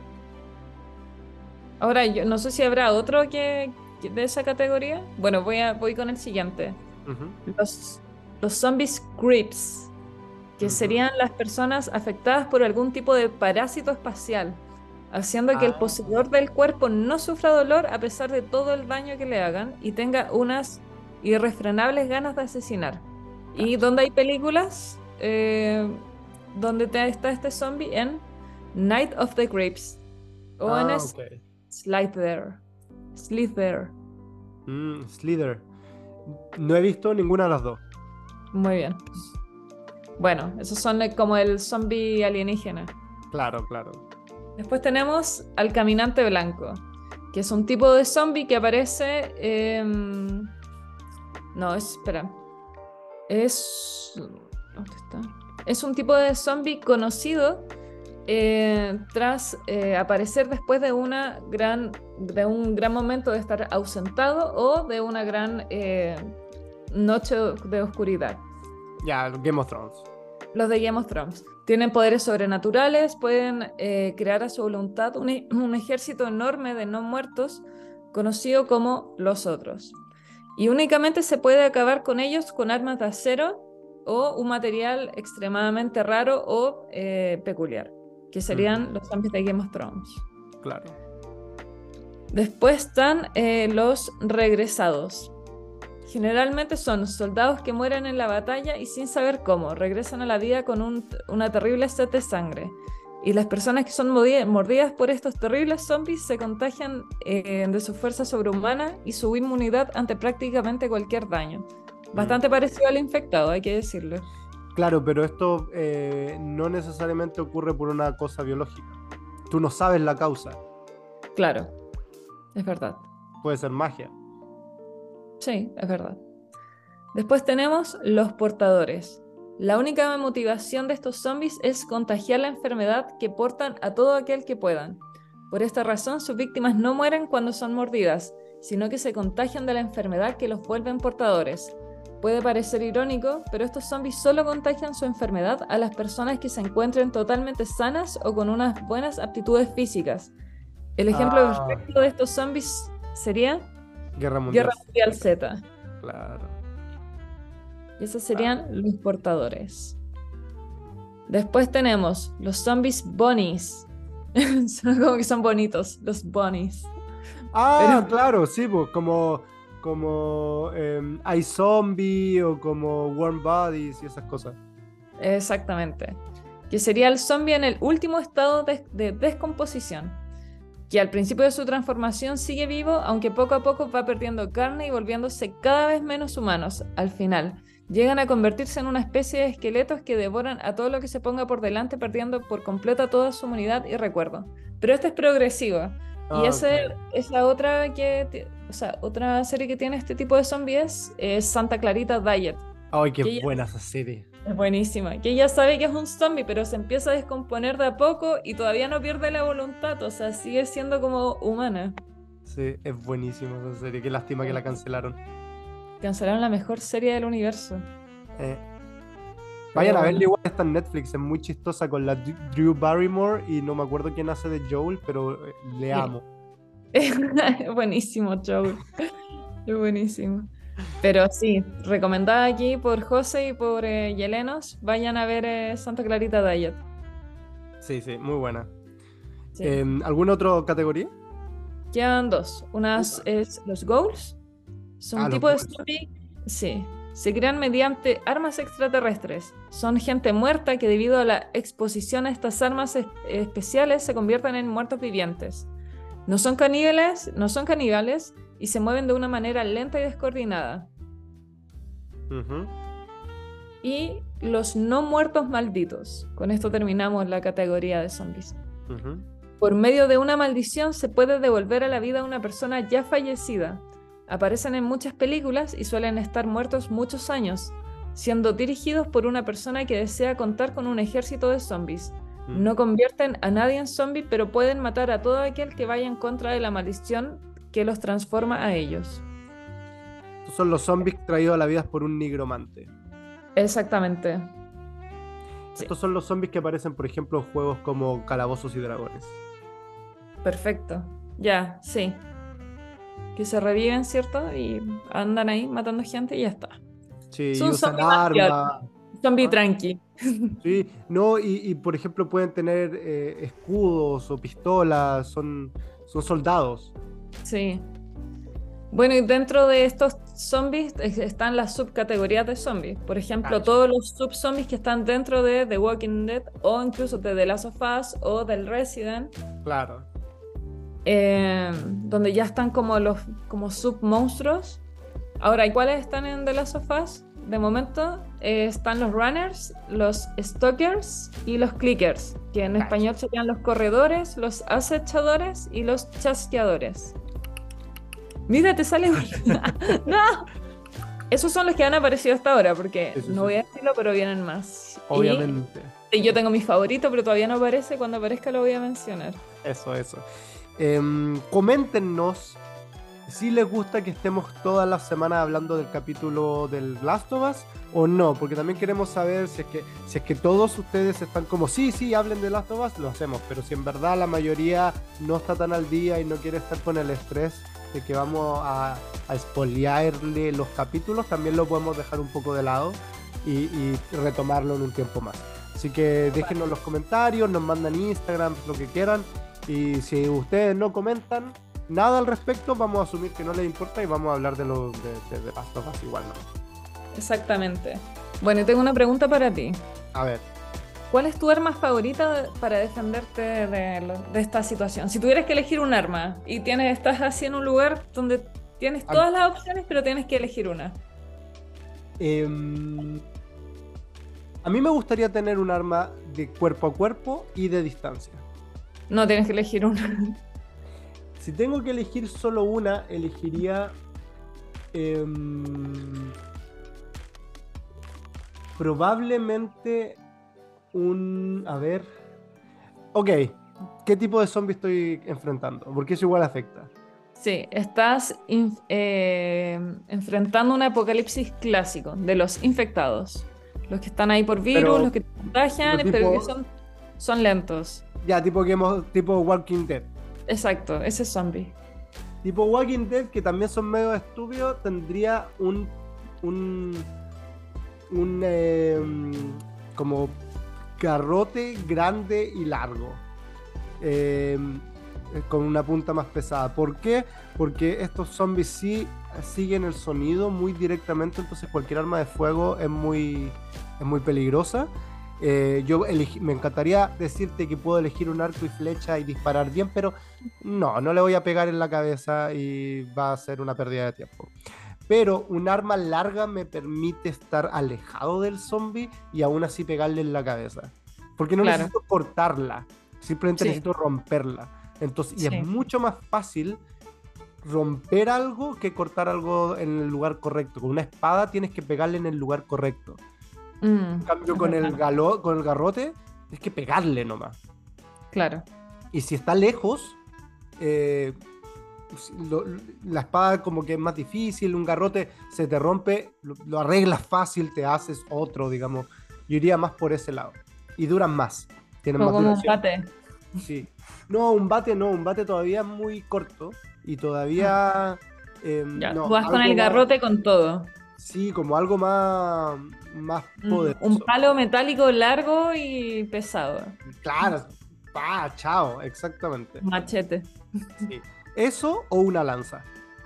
Ahora, yo no sé si habrá otro que, que de esa categoría. Bueno, voy a, voy con el siguiente. Ujú. Los, los zombies creeps, que Ujú. serían las personas afectadas por algún tipo de parásito espacial, haciendo que el Ah. poseedor del cuerpo no sufra dolor a pesar de todo el daño que le hagan y tenga unas irrefrenables ganas de asesinar. ¿Y dónde hay películas? Eh, donde te- está este zombie en Night of the Grapes. O en Ah, es ok. Slither. Slither. Mm, Slither. No he visto ninguna de las dos. Muy bien. Bueno, esos son eh, como el zombie alienígena. Claro, claro. Después tenemos al caminante blanco, que es un tipo de zombie que aparece... em, No, es- espera. Es... ¿Dónde está? Es un tipo de zombie conocido eh, tras eh, aparecer después de una gran, de un gran momento de estar ausentado o de una gran eh, noche de oscuridad. Ya, Game of Thrones. Los de Game of Thrones tienen poderes sobrenaturales, pueden eh, crear a su voluntad un, e- un ejército enorme de no muertos, conocido como los otros. Y únicamente se puede acabar con ellos con armas de acero o un material extremadamente raro o eh, peculiar, que serían Ujú, los zombies de Game of Thrones. claro. Después están eh, los regresados. Generalmente son soldados que mueren en la batalla y sin saber cómo, regresan a la vida con un- una terrible sed de sangre. Y las personas que son mordi- mordidas por estos terribles zombies se contagian eh, de su fuerza sobrehumana y su inmunidad ante prácticamente cualquier daño. Mm. Bastante parecido al infectado, hay que decirlo. Claro, pero esto eh, no necesariamente ocurre por una cosa biológica. Tú no sabes la causa. Claro, es verdad. Puede ser magia. Sí, es verdad. Después tenemos los portadores. La única motivación de estos zombies es contagiar la enfermedad que portan a todo aquel que puedan. Por esta razón, sus víctimas no mueren cuando son mordidas, sino que se contagian de la enfermedad que los vuelven portadores. Puede parecer irónico, pero estos zombies solo contagian su enfermedad a las personas que se encuentren totalmente sanas o con unas buenas aptitudes físicas. El ejemplo Ah, perfecto de estos zombies sería Guerra Mundial. Guerra Mundial Z. Claro, Y esos claro. serían los portadores. Después tenemos los zombies bunnies. Son como que son bonitos, los bunnies. Ah, Pero claro, sí, pues como, como em, iZombie o como Warm Bodies y esas cosas. exactamente. Que sería el zombie en el último estado de, de descomposición. Que al principio de su transformación sigue vivo, aunque poco a poco va perdiendo carne y volviéndose cada vez menos humanos. Al final, llegan a convertirse en una especie de esqueletos que devoran a todo lo que se ponga por delante, perdiendo por completo toda su humanidad y recuerdo. Pero este es progresivo. Y Ah, ese, ok. esa otra que, ti- o sea, otra serie que tiene este tipo de zombies es Santa Clarita Diet, Ay, qué que ella buena esa serie. es buenísima, que ella sabe que es un zombie, pero se empieza a descomponer de a poco y todavía no pierde la voluntad, o sea, sigue siendo como humana. Sí, es buenísima esa serie. Qué lástima que la cancelaron. Cancelaron la mejor serie del universo. Eh, Pero Vayan a verla, bueno, igual está en Netflix, es muy chistosa con la D- Drew Barrymore y no me acuerdo quién hace de Joel, pero eh, le sí. amo. Es buenísimo, Joel. Es buenísimo. Pero sí, recomendada aquí por José y por eh, Yelenos, vayan a ver eh, Santa Clarita Diet. Sí, sí, muy buena. Sí. Em, ¿alguna otra categoría? Quedan dos. Unas Upa. es los Ghouls. Son Ah, un los tipo de Ghouls. zombie, sí. Se crean mediante armas extraterrestres. Son gente muerta que debido a la exposición a estas armas es- especiales se convierten en muertos vivientes. No son caníbales, no son caníbales y se mueven de una manera lenta y descoordinada. Ujú, Y los no muertos malditos. Con esto terminamos la categoría de zombies. ujú. Por medio de una maldición se puede devolver a la vida a una persona ya fallecida. Aparecen en muchas películas y suelen estar muertos muchos años, siendo dirigidos por una persona que desea contar con un ejército de zombies. Mm. No convierten a nadie en zombie, pero pueden matar a todo aquel que vaya en contra de la maldición que los transforma a ellos. Estos son los zombies traídos a la vida por un nigromante. Exactamente. Sí, Estos son los zombies que aparecen, por ejemplo, en juegos como Calabozos y Dragones. perfecto. Ya, sí. Que se reviven, ¿cierto? Y andan ahí matando gente y ya está. Sí, Es y un usan zombie más piola. armas. Zombie ¿Ah? tranqui. Sí, no, y, y, por ejemplo pueden tener eh, escudos o pistolas, son, son soldados. Sí. Bueno, y dentro de estos zombies es- están las subcategorías de zombies. Por ejemplo, Cacho. todos los subzombies que están dentro de The Walking Dead o incluso de The Last of Us o del Resident. Claro. eh, donde ya están como los como submonstruos. Ahora, ¿y cuáles están en The Last of Us? De momento eh, están los runners, los stalkers y los clickers, que en español serían los corredores, los acechadores y los chasqueadores. Mira, te sale... ¡No! Esos son los que han aparecido hasta ahora, porque Eso, no sí. voy a decirlo, pero vienen más. Obviamente. Y yo tengo mi favorito, pero todavía no aparece. Cuando aparezca lo voy a mencionar. Eso, eso. Em, coméntenos si les gusta que estemos todas las semanas hablando del capítulo del Last of Us o no, porque también queremos saber si es que, si es que todos ustedes están como, sí, sí, hablen de Last of Us, lo hacemos, pero si en verdad la mayoría no está tan al día y no quiere estar con el estrés de que vamos a, a spoilearle los capítulos, también lo podemos dejar un poco de lado y, y retomarlo en un tiempo más. Así que déjenos los comentarios, nos mandan Instagram, lo que quieran, y si ustedes no comentan nada al respecto, vamos a asumir que no les importa y vamos a hablar de los de, de, de Last of Us igual, ¿no? Exactamente. Bueno, y tengo una pregunta para ti. A ver, ¿Cuál es tu arma favorita para defenderte de, lo- de esta situación? Si tuvieras que elegir un arma y tienes, estás así en un lugar donde tienes a, todas las opciones, pero tienes que elegir una. em, a mí me gustaría tener un arma de cuerpo a cuerpo y de distancia. No tienes que elegir una. Si tengo que elegir solo una, elegiría em, probablemente un... A ver... Ok, ¿qué tipo de zombie estoy enfrentando? Porque eso igual afecta. Sí, estás inf- eh, enfrentando un apocalipsis clásico de los infectados. Los que están ahí por virus, Pero, los que te contagian, pero pero que tipo... son, son lentos. Ya, tipo, que hemos, tipo Walking Dead. Exacto, ese es zombie. Tipo Walking Dead, que también son medio estúpidos, tendría un... un... un... em, como garrote grande y largo. Eh, con una punta más pesada. ¿Por qué? Porque estos zombies sí siguen el sonido muy directamente, entonces cualquier arma de fuego es muy, es muy peligrosa. Eh, yo elegí- me encantaría decirte que puedo elegir un arco y flecha y disparar bien, pero no, no le voy a pegar en la cabeza y va a ser una pérdida de tiempo. Pero un arma larga me permite estar alejado del zombie y aún así pegarle en la cabeza. Porque no Claro, necesito cortarla, simplemente sí, necesito romperla. Entonces, y es sí. mucho más fácil romper algo que cortar algo en el lugar correcto. Con una espada tienes que pegarle en el lugar correcto. Mm, En cambio, es con el, verdad. galo, con el garrote, tienes que pegarle nomás. Claro, Y si está lejos, eh, lo- la espada como que es más difícil, un garrote se te rompe, lo, lo arreglas fácil, te haces otro, digamos. Yo iría más por ese lado. Y duran más, tienen o más como un duración. bate. Sí. No, un bate no, un bate todavía es muy corto y todavía eh, Ya, no, tú vas con algo el más, garrote con todo. sí, como algo más, más Mm, un poderoso. palo metálico largo y pesado. Claro, pa, chao, exactamente. Machete. Sí. Eso o una lanza.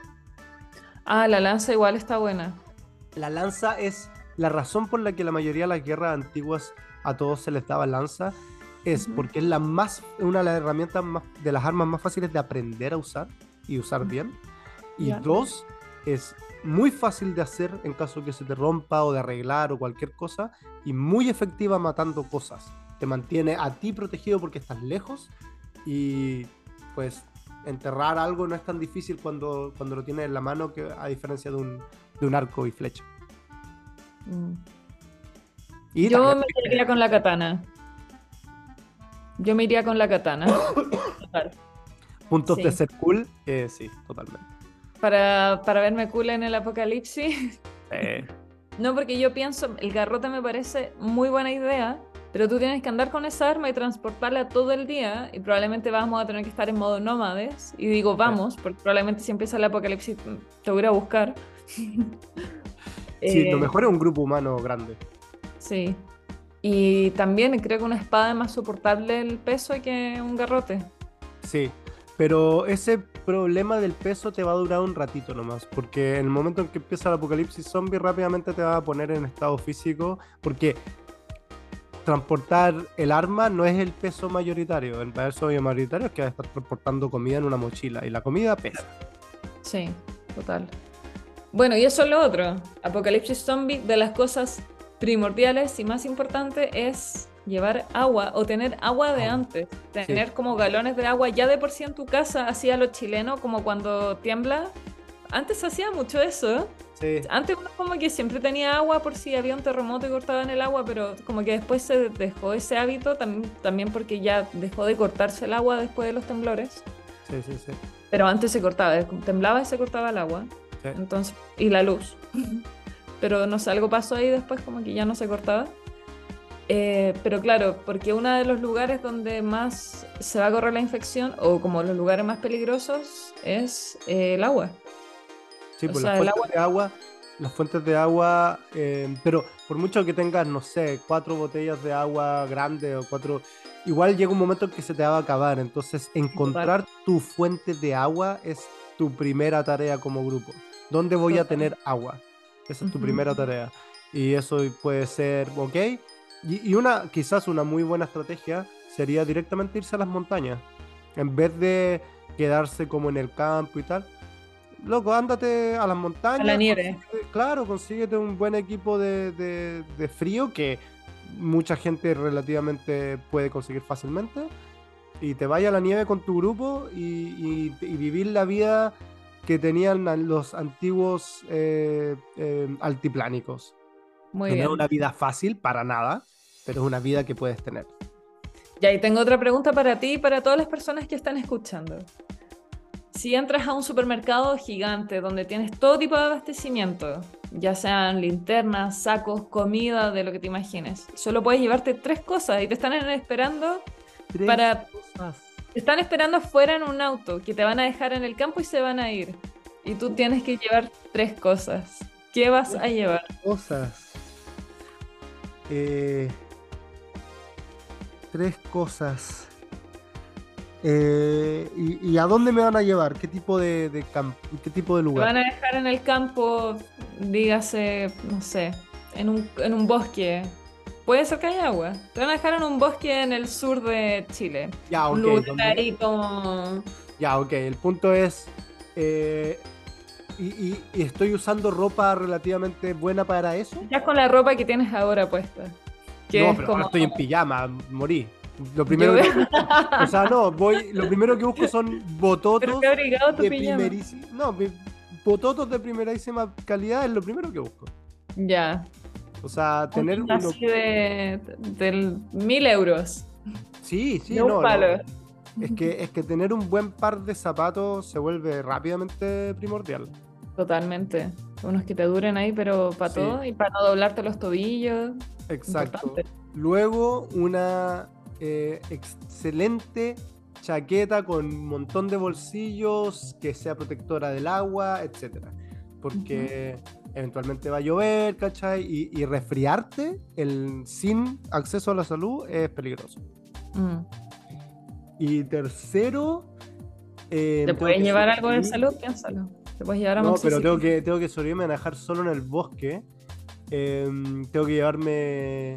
Ah, la lanza igual está buena. La lanza es la razón por la que la mayoría de las guerras antiguas a todos se les daba lanza, es Ujú. porque es la más, una de las herramientas más, de las armas más fáciles de aprender a usar y usar bien. Y Ya. dos, es muy fácil de hacer en caso que se te rompa o de arreglar o cualquier cosa, y muy efectiva matando cosas. Te mantiene a ti protegido porque estás lejos y pues enterrar algo no es tan difícil cuando, cuando lo tienes en la mano, que a diferencia de un, de un arco y flecha. Mm. Y Yo también, me iría con la katana. Yo me iría con la katana. Total. puntos de Sí. ser cool, eh, sí, totalmente. Para, para verme cool en el apocalipsis. Eh, No, porque yo pienso, el garrote me parece muy buena idea, pero tú tienes que andar con esa arma y transportarla todo el día y probablemente vamos a tener que estar en modo nómades. Y digo vamos, porque probablemente si empieza el apocalipsis te voy a ir a buscar. sí, lo Eh, mejor es un grupo humano grande. sí. Y también creo que una espada es más soportable el peso que un garrote. Sí, pero ese problema del peso te va a durar un ratito nomás, porque en el momento en que empieza el apocalipsis zombie rápidamente te va a poner en estado físico, porque transportar el arma no es el peso mayoritario. El peso mayoritario es que va a estar transportando comida en una mochila y la comida pesa. Sí, total. Bueno, y eso es lo otro. Apocalipsis Zombie, de las cosas primordiales y más importantes es llevar agua o tener agua de Agua. antes. Tener Sí. como galones de agua ya de por sí en tu casa, así a lo chileno, como cuando tiembla. Antes se hacía mucho eso. Sí. Antes uno como que siempre tenía agua por si había un terremoto y cortaban el agua, pero como que después se dejó ese hábito, tam- también porque ya dejó de cortarse el agua después de los temblores. Sí, sí, sí. Pero antes se cortaba, temblaba y se cortaba el agua. Sí. Entonces, y la luz. Pero no sé, algo pasó ahí después como que ya no se cortaba. Eh, pero claro, porque uno de los lugares donde más se va a correr la infección, o como los lugares más peligrosos, es eh, el agua. Sí, O pues sea, las el fuentes agua. de agua, las fuentes de agua, eh, pero por mucho que tengas, no sé, cuatro botellas de agua grandes o cuatro, igual llega un momento en que se te va a acabar. Entonces, Total, encontrar tu fuente de agua es tu primera tarea como grupo. ¿Dónde voy a total. tener agua? Esa es tu Ujú. primera tarea. Y eso puede ser, ok. Y, y una, quizás una muy buena estrategia sería directamente irse a las montañas. En vez de quedarse como en el campo y tal. Loco, ándate a las A la montañas, nieve. consíguete- claro, consíguete un buen equipo de, de- de frío que mucha gente relativamente puede conseguir fácilmente y te vaya a la nieve con tu grupo y, y- y vivir la vida que tenían a- los antiguos eh, eh, altiplánicos. Muy Que no es bien. una vida fácil para nada, pero es una vida que puedes tener. Y ahí tengo otra pregunta para ti y para todas las personas que están escuchando. Si entras a un supermercado gigante donde tienes todo tipo de abastecimiento, ya sean linternas, sacos, comida, de lo que te imagines, solo puedes llevarte tres cosas y te están esperando Tres para, cosas. te están esperando afuera en un auto que te van a dejar en el campo y se van a ir. Y tú tienes que llevar tres cosas. ¿Qué vas Tres a llevar? cosas. Eh, tres cosas. Eh, y, y a dónde me van a llevar? ¿Qué tipo de, de campo? ¿Qué tipo de Te lugar? van a dejar en el campo, dígase, no sé, en un, en un bosque. Puede ser que haya agua. Te van a dejar en un bosque en el sur de Chile. Ya, Un ok, lugar ¿dónde? ahí como... Ya, ok. El punto es. eh, y, y- y estoy usando ropa relativamente buena para eso. Ya con la ropa que tienes ahora puesta. Que No, es pero ahora como... estoy en pijama, morí. Lo Yo primero que veo... tengo que buscar. O sea, no, voy. Lo primero que busco son Pero qué bototos abrigado tu de pijama. primerísima. No, mi- bototos de primerísima calidad es lo primero que busco. Ya. O sea, tener Un uno. así de... de mil euros. Sí, De sí, un no, no. palo. Es que, es que tener un buen par de zapatos se vuelve rápidamente primordial. Totalmente. Unos que te duren ahí, pero para Sí, todo y para no doblarte los tobillos. exacto. Importante. Luego, una eh, excelente chaqueta con un montón de bolsillos, que sea protectora del agua, etcétera. Ujú. Porque eventualmente va a llover, ¿cachai? Y, y resfriarte el, sin acceso a la salud es peligroso. Mm. Y tercero, eh, ¿Te tengo puedes que llevar algo de sobrevivir. salud? Piénsalo. ¿Te puedes llevar No, pero tengo amoxicilina? que, tengo que sobrevivir, me van a dejar solo en el bosque. Eh, tengo que llevarme.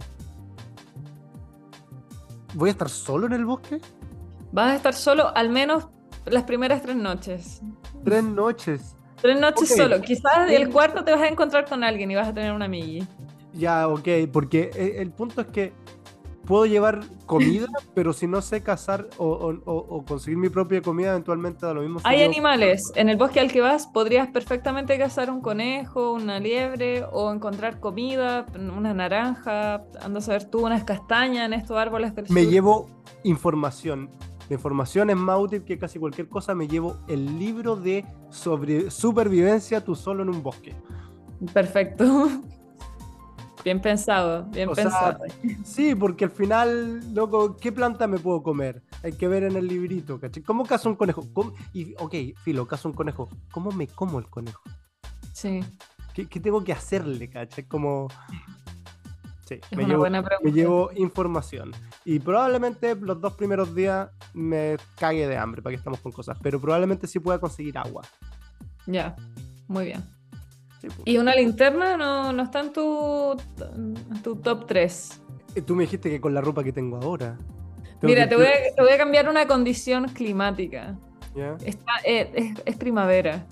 ¿Voy a estar solo en el bosque? Vas a estar solo al menos las primeras tres noches. Tres noches. Tres noches Ok. solo. Quizás el Tres- cuarto te vas a encontrar con alguien y vas a tener una amigui. Ya, ok, porque e- el punto es que puedo llevar comida, pero si no sé cazar o, o- o- o conseguir mi propia comida, eventualmente da lo mismo si Hay llevo. animales. En el bosque al que vas podrías perfectamente cazar un conejo, una liebre o encontrar comida, una naranja, anda a saber tú, unas castañas en estos árboles del Me sur. llevo información. La información es más útil que casi cualquier cosa. Me llevo el libro de sobre supervivencia tú solo en un bosque. Perfecto. Bien pensado, bien O pensado. sea, sí, porque al final, loco, ¿qué planta me puedo comer? Hay que ver en el librito, ¿cachai? ¿Cómo cazo un conejo? ¿Cómo? Y, ok, filo, cazo un conejo. ¿Cómo me como el conejo? Sí, ¿Qué, qué tengo que hacerle, cachai? Como... Sí, es me una llevo, buena me pregunta. llevo información. Y probablemente los dos primeros días me cague de hambre, para que estamos con cosas. Pero probablemente sí pueda conseguir agua. Ya, muy bien. Sí, pues. ¿Y una linterna no, no está en tu, en tu top tres? Eh, Tú me dijiste que con la ropa que tengo ahora. Tengo que Mira, te voy ir- a, te voy a cambiar una condición climática. ¿Ya? Está, eh, es, es primavera.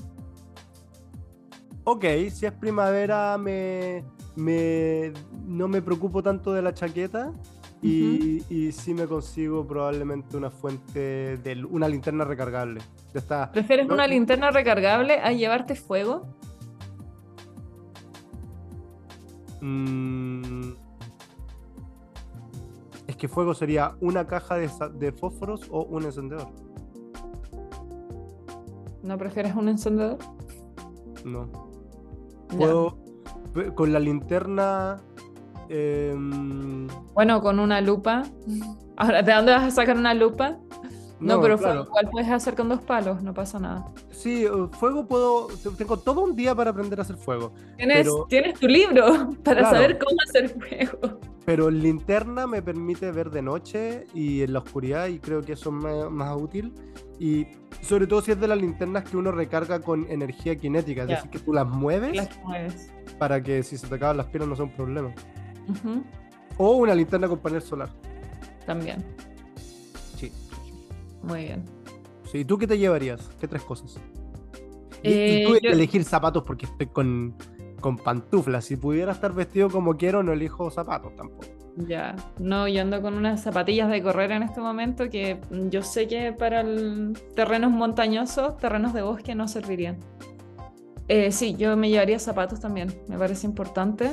Ok, si es primavera, me, me, no me preocupo tanto de la chaqueta Ujú. y, y sí me consigo probablemente una fuente, de, lu- una linterna recargable. Ya está. ¿Prefieres No, una linterna recargable a llevarte fuego? mm, es que fuego sería una caja de, sa- de fósforos o un encendedor. ¿No prefieres un encendedor? No. Ya. Puedo, pe- con la linterna, em, Bueno, con una lupa. Ahora, ¿de dónde vas a sacar una lupa? No, no, pero fuego claro. igual puedes hacer con dos palos, no pasa nada. Sí, eh, fuego puedo, te- tengo todo un día para aprender a hacer fuego, Tienes, pero tienes tu libro para saber claro, cómo hacer fuego. pero linterna me permite ver de noche y en la oscuridad y creo que eso es más, más útil y sobre todo si es de las linternas que uno recarga con energía cinética, es Ya, decir, que tú las las mueves que mueves. para que si se te acaban las pilas no sea un problema. Ujú, O una linterna con panel solar. también, Sí. muy bien. Sí, ¿y tú qué te llevarías? ¿Qué tres cosas? Y, y Eh, tuve yo, que elegir zapatos porque estoy con, con pantuflas. Si pudiera estar vestido como quiero, no elijo zapatos tampoco. ya, no, yo ando con unas zapatillas de correr en este momento que yo sé que para el- terrenos montañosos, terrenos de bosque no servirían. Eh, sí, yo me llevaría zapatos también, me parece importante.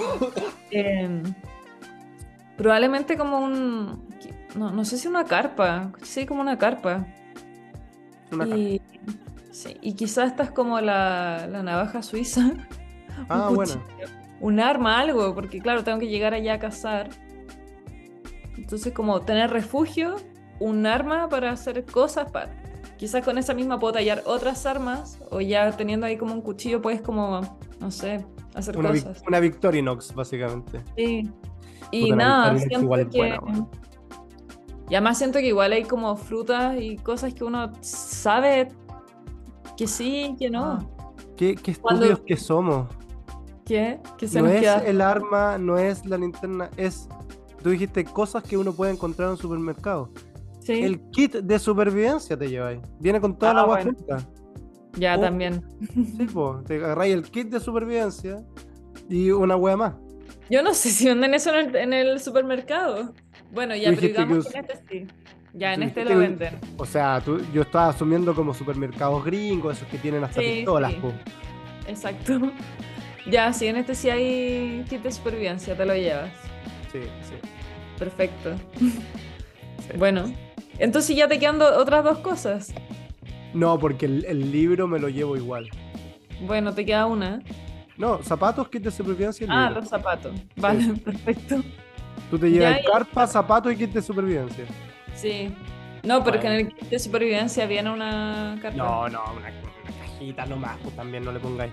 Eh, probablemente como un, no, no sé si una carpa, sí, como una carpa. Una carta. Y, sí, y quizás esta es como la, la navaja suiza, un Ah, cuchillo, bueno. un arma, algo, porque claro, tengo que llegar allá a cazar. Entonces, como tener refugio, un arma para hacer cosas, para... quizás con esa misma puedo tallar otras armas, o ya teniendo ahí como un cuchillo puedes como, no sé, hacer Una, vic- cosas. una Victorinox, básicamente. Sí. Y Puta, una nada, Victorinox siento igual es que... buena, weón. Y además siento que igual hay como frutas y cosas que uno sabe que sí, que no. Ah, Qué, qué estúpidos Cuando... que somos. ¿Qué? ¿Qué se No nos es queda? el arma, no es la linterna, es... Tú dijiste cosas que uno puede encontrar en un supermercado. Sí. El kit de supervivencia te lleváis. Viene con toda la Ah, agua bueno, junta. ya O, también. sí, po, te agarráis el kit de supervivencia y una wea más. Yo no sé si venden eso en el, en el supermercado. Bueno, Tú ya, pero dijiste que, digamos us- que en este sí. Ya, tú en este dijiste lo que- venden. o sea, tú- yo estaba asumiendo como supermercados gringos, esos que tienen hasta Sí, pistolas, sí, po. exacto. Ya, sí, en este sí hay kit de supervivencia, te lo llevas. Sí, sí, Perfecto. sí. Bueno, entonces ya te quedan do- otras dos cosas. No, porque el, el libro me lo llevo igual. Bueno, te queda una. No, zapatos, kit de supervivencia y Ah, libro. los zapatos. Sí. Vale, perfecto. Tú te Ya, llevas ya. carpa, zapatos y kit de supervivencia. Sí. No, porque en Bueno. el kit de supervivencia viene una carta. No, no, una, una cajita nomás, pues también no le pongáis.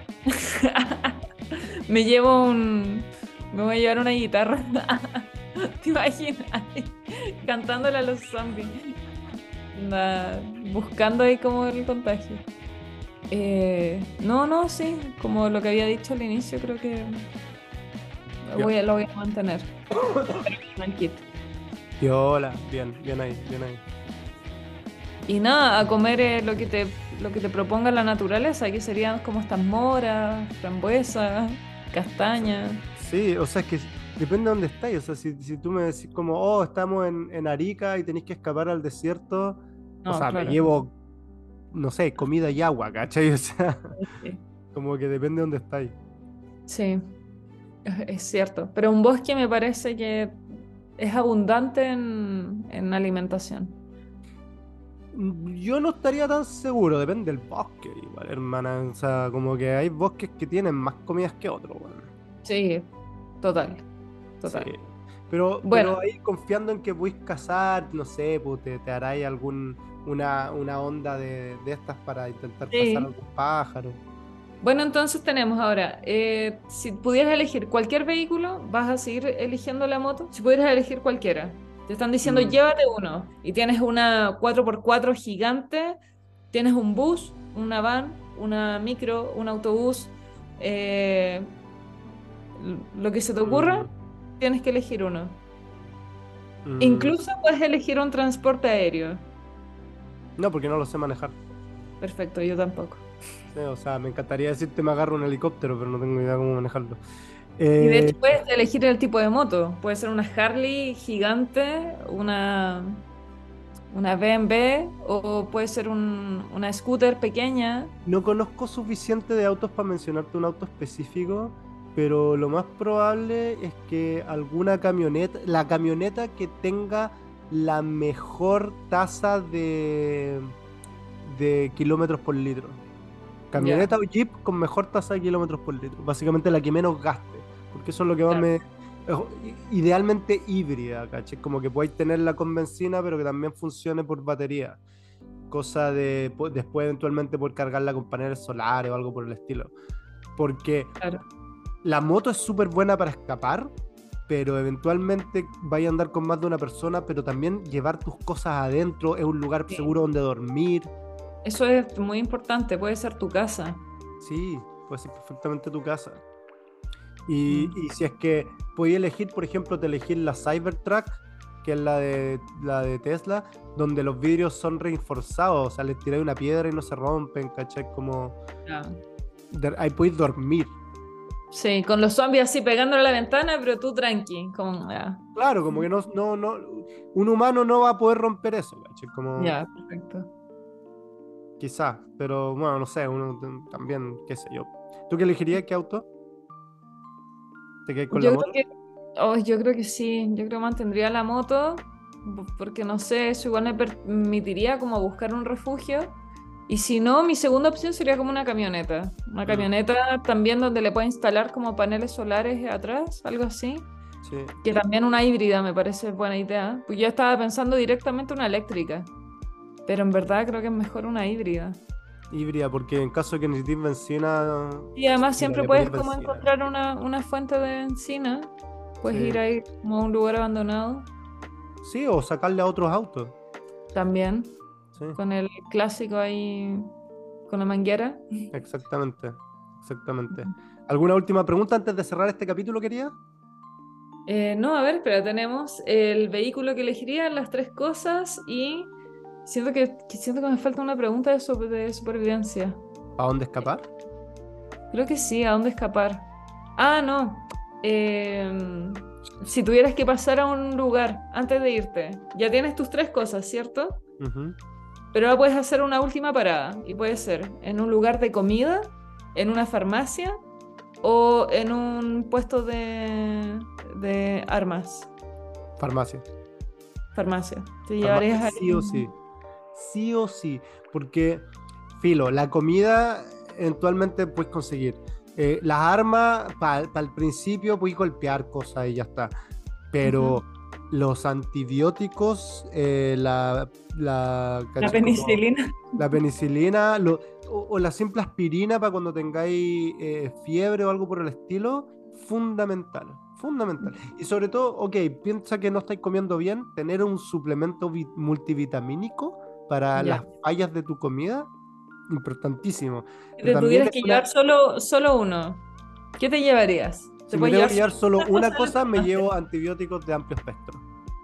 Me llevo un... Me voy a llevar una guitarra. ¿Te imaginas? Cantándole a los zombies. Anda, buscando ahí como el contagio. Eh, no, no, sí. Como lo que había dicho al inicio, creo que lo Ya. voy a, lo voy a mantener. En el kit. Piola, bien, bien ahí, bien ahí. Y nada, a comer eh, lo que te, lo que te proponga la naturaleza, que serían como estas moras, frambuesas, castañas. Sí, o sea, es que depende de dónde estáis. O sea, si, si tú me decís como, oh, estamos en, en Arica y tenéis que escapar al desierto, o No, sea, me claro. llevo, no sé, comida y agua, ¿cachai? O sea, Sí, como que depende de dónde estáis. sí, es es cierto. Pero un bosque me parece que es abundante en, en alimentación. Mm, Yo no estaría tan seguro, depende del bosque, igual, hermana. O sea, como que hay bosques que tienen más comidas que otros, weón. Sí, total, Sí. total. Pero, Bueno, pero ahí confiando en que podéis cazar, no sé, pues te, te haráis algún, una, una onda de, de estas para intentar sí. cazar algún pájaro. Bueno, entonces tenemos ahora, eh, si pudieras elegir cualquier vehículo, vas a seguir eligiendo la moto. Si pudieras elegir cualquiera, te están diciendo Mm, llévate uno y tienes una cuatro por cuatro gigante, tienes un bus, una van, una micro, un autobús, eh, lo que se te ocurra, mm. tienes que elegir uno. Mm, Incluso puedes elegir un transporte aéreo. no, porque no lo sé manejar. Perfecto, yo tampoco. Sí, o sea, me encantaría decirte me agarro un helicóptero, pero no tengo idea cómo manejarlo. Y de Eh, hecho puedes elegir el tipo de moto. Puede ser una Harley gigante, una, una B M W o puede ser un- una scooter pequeña. no conozco suficiente de autos para mencionarte un auto específico, pero lo más probable es que alguna camioneta, la camioneta que tenga la mejor tasa de, de kilómetros por litro. Ya, Camioneta o Jeep con mejor tasa de kilómetros por litro. Básicamente la que menos gaste. Porque eso es lo que más claro. me... ojo, i- idealmente híbrida, ¿cachai? Como que podáis tenerla con benzina, pero que también funcione por batería. Cosa de po- después eventualmente poder cargarla con paneles solares o algo por el estilo. Porque Claro. la moto es súper buena para escapar, pero eventualmente vaya a andar con más de una persona, pero también llevar tus cosas adentro, es un lugar Sí. seguro donde dormir. Eso es muy importante, puede ser tu casa. Sí, puede ser perfectamente tu casa. Y, Mm. y si es que podía elegir, por ejemplo, te elegir la Cybertruck, que es la de, la de Tesla, donde los vidrios son reinforzados, o sea, le tiráis una piedra y no se rompen, ¿cachai? Como Ya. de- ahí podéis dormir. Sí, con los zombies así pegándole a la ventana, pero tú tranqui, como, ya, Claro, como que no, no, no, un humano no va a poder romper eso, ¿cachai? Como ya, perfecto. quizás, pero bueno, no sé, uno t- también, qué sé yo. ¿Tú qué elegirías? ¿Qué auto? ¿Te quedas con la Yo creo moto? que, oh, yo creo que sí, yo creo que mantendría la moto, po- porque no sé, eso igual me permitiría como buscar un refugio. Y si no, mi segunda opción sería como una camioneta. Una Mm, camioneta también donde le pueda instalar como paneles solares atrás, algo así. sí, Que también una híbrida me parece buena idea. Pues yo estaba pensando directamente una eléctrica, pero en verdad creo que es mejor una híbrida. híbrida, porque en caso de que necesites benzina, Y además mira, siempre le puedes ponías como benzina. encontrar una, una fuente de encina. Puedes Sí. ir ahí como a un lugar abandonado Sí, o sacarle a otros autos. también, Sí, con el clásico ahí, con la manguera. exactamente. Exactamente. ¿Alguna última pregunta antes de cerrar este capítulo, quería? Eh, no, a ver, pero tenemos el vehículo que elegiría, las tres cosas y siento que, que siento que me falta una pregunta de, sobre- de supervivencia. ¿A dónde escapar? Creo que sí, ¿a dónde escapar? Ah, no. Em, si tuvieras que pasar a un lugar antes de irte, ya tienes tus tres cosas, ¿cierto? Ujú. Pero ahora puedes hacer una última parada y puede ser en un lugar de comida, en una farmacia o en un puesto de, de armas. Farmacia. Farmacia. Te Farmacia llevarías sí o ahí. sí. Sí o sí. Porque, filo, la comida eventualmente puedes conseguir. Eh, las armas, para el principio, puedes golpear cosas y ya está. Ujú. Pero los antibióticos, eh, la, la, La ¿cachai? Como penicilina. la penicilina lo- o, o la simple aspirina para cuando tengáis eh, fiebre o algo por el estilo, fundamental, fundamental. Y sobre todo, ok, piensa que no estáis comiendo bien, tener un suplemento vi- multivitamínico para Ya. las fallas de tu comida, importantísimo. Si Pero te también tuvieras es que llevar una, solo, solo uno, ¿qué te llevarías? Te si me puedes tengo llevar que solo llevar solo una una cosa en la cosa, me farmacia. llevo antibióticos de amplio espectro.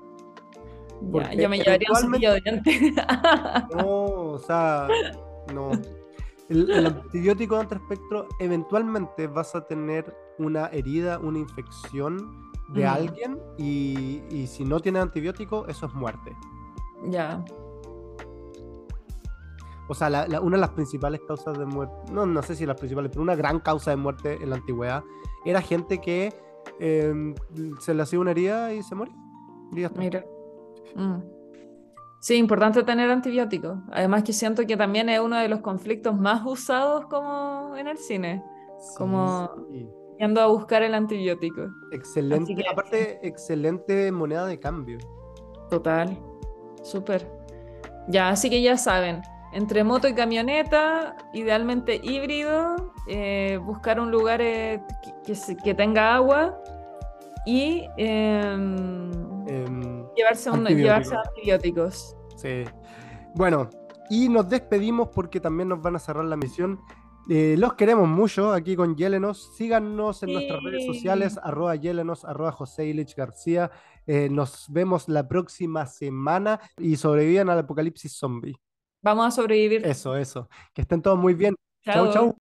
Ya, yo Porque me llevaría un cepillo eventualmente, de dientes. no, o sea, no. El, el antibiótico de amplio espectro, eventualmente vas a tener una herida, una infección de Mm, alguien y, y si no tienes antibiótico, eso es muerte. ya. O sea, la- la- una de las principales causas de muerte, no, no sé si las principales, pero una gran causa de muerte en la antigüedad era gente que eh, se le hacía una herida y se moría. Y ya está. Mira. Mm. Sí, importante tener antibióticos. Además que siento que también es uno de los conflictos más usados como en el cine, Sí, como yendo a buscar el antibiótico. Así excelente, que sí, aparte, excelente moneda de cambio. total, súper. Ya, así que ya saben, entre moto y camioneta, idealmente híbrido, eh, buscar un lugar eh, que, que se- que tenga agua y em, Em, llevarse, un- llevarse antibiótico. antibióticos. Sí. Bueno, y nos despedimos porque también nos van a cerrar la misión. Eh, los queremos mucho aquí con Yelenos. Síganos en nuestras redes sociales, Sí. arroba Yelenos, arroba José Ilich García. Eh, nos vemos la próxima semana y sobrevivan al apocalipsis zombie. Vamos a sobrevivir. Eso, eso. Que estén todos muy bien. Chau, Chao. chau.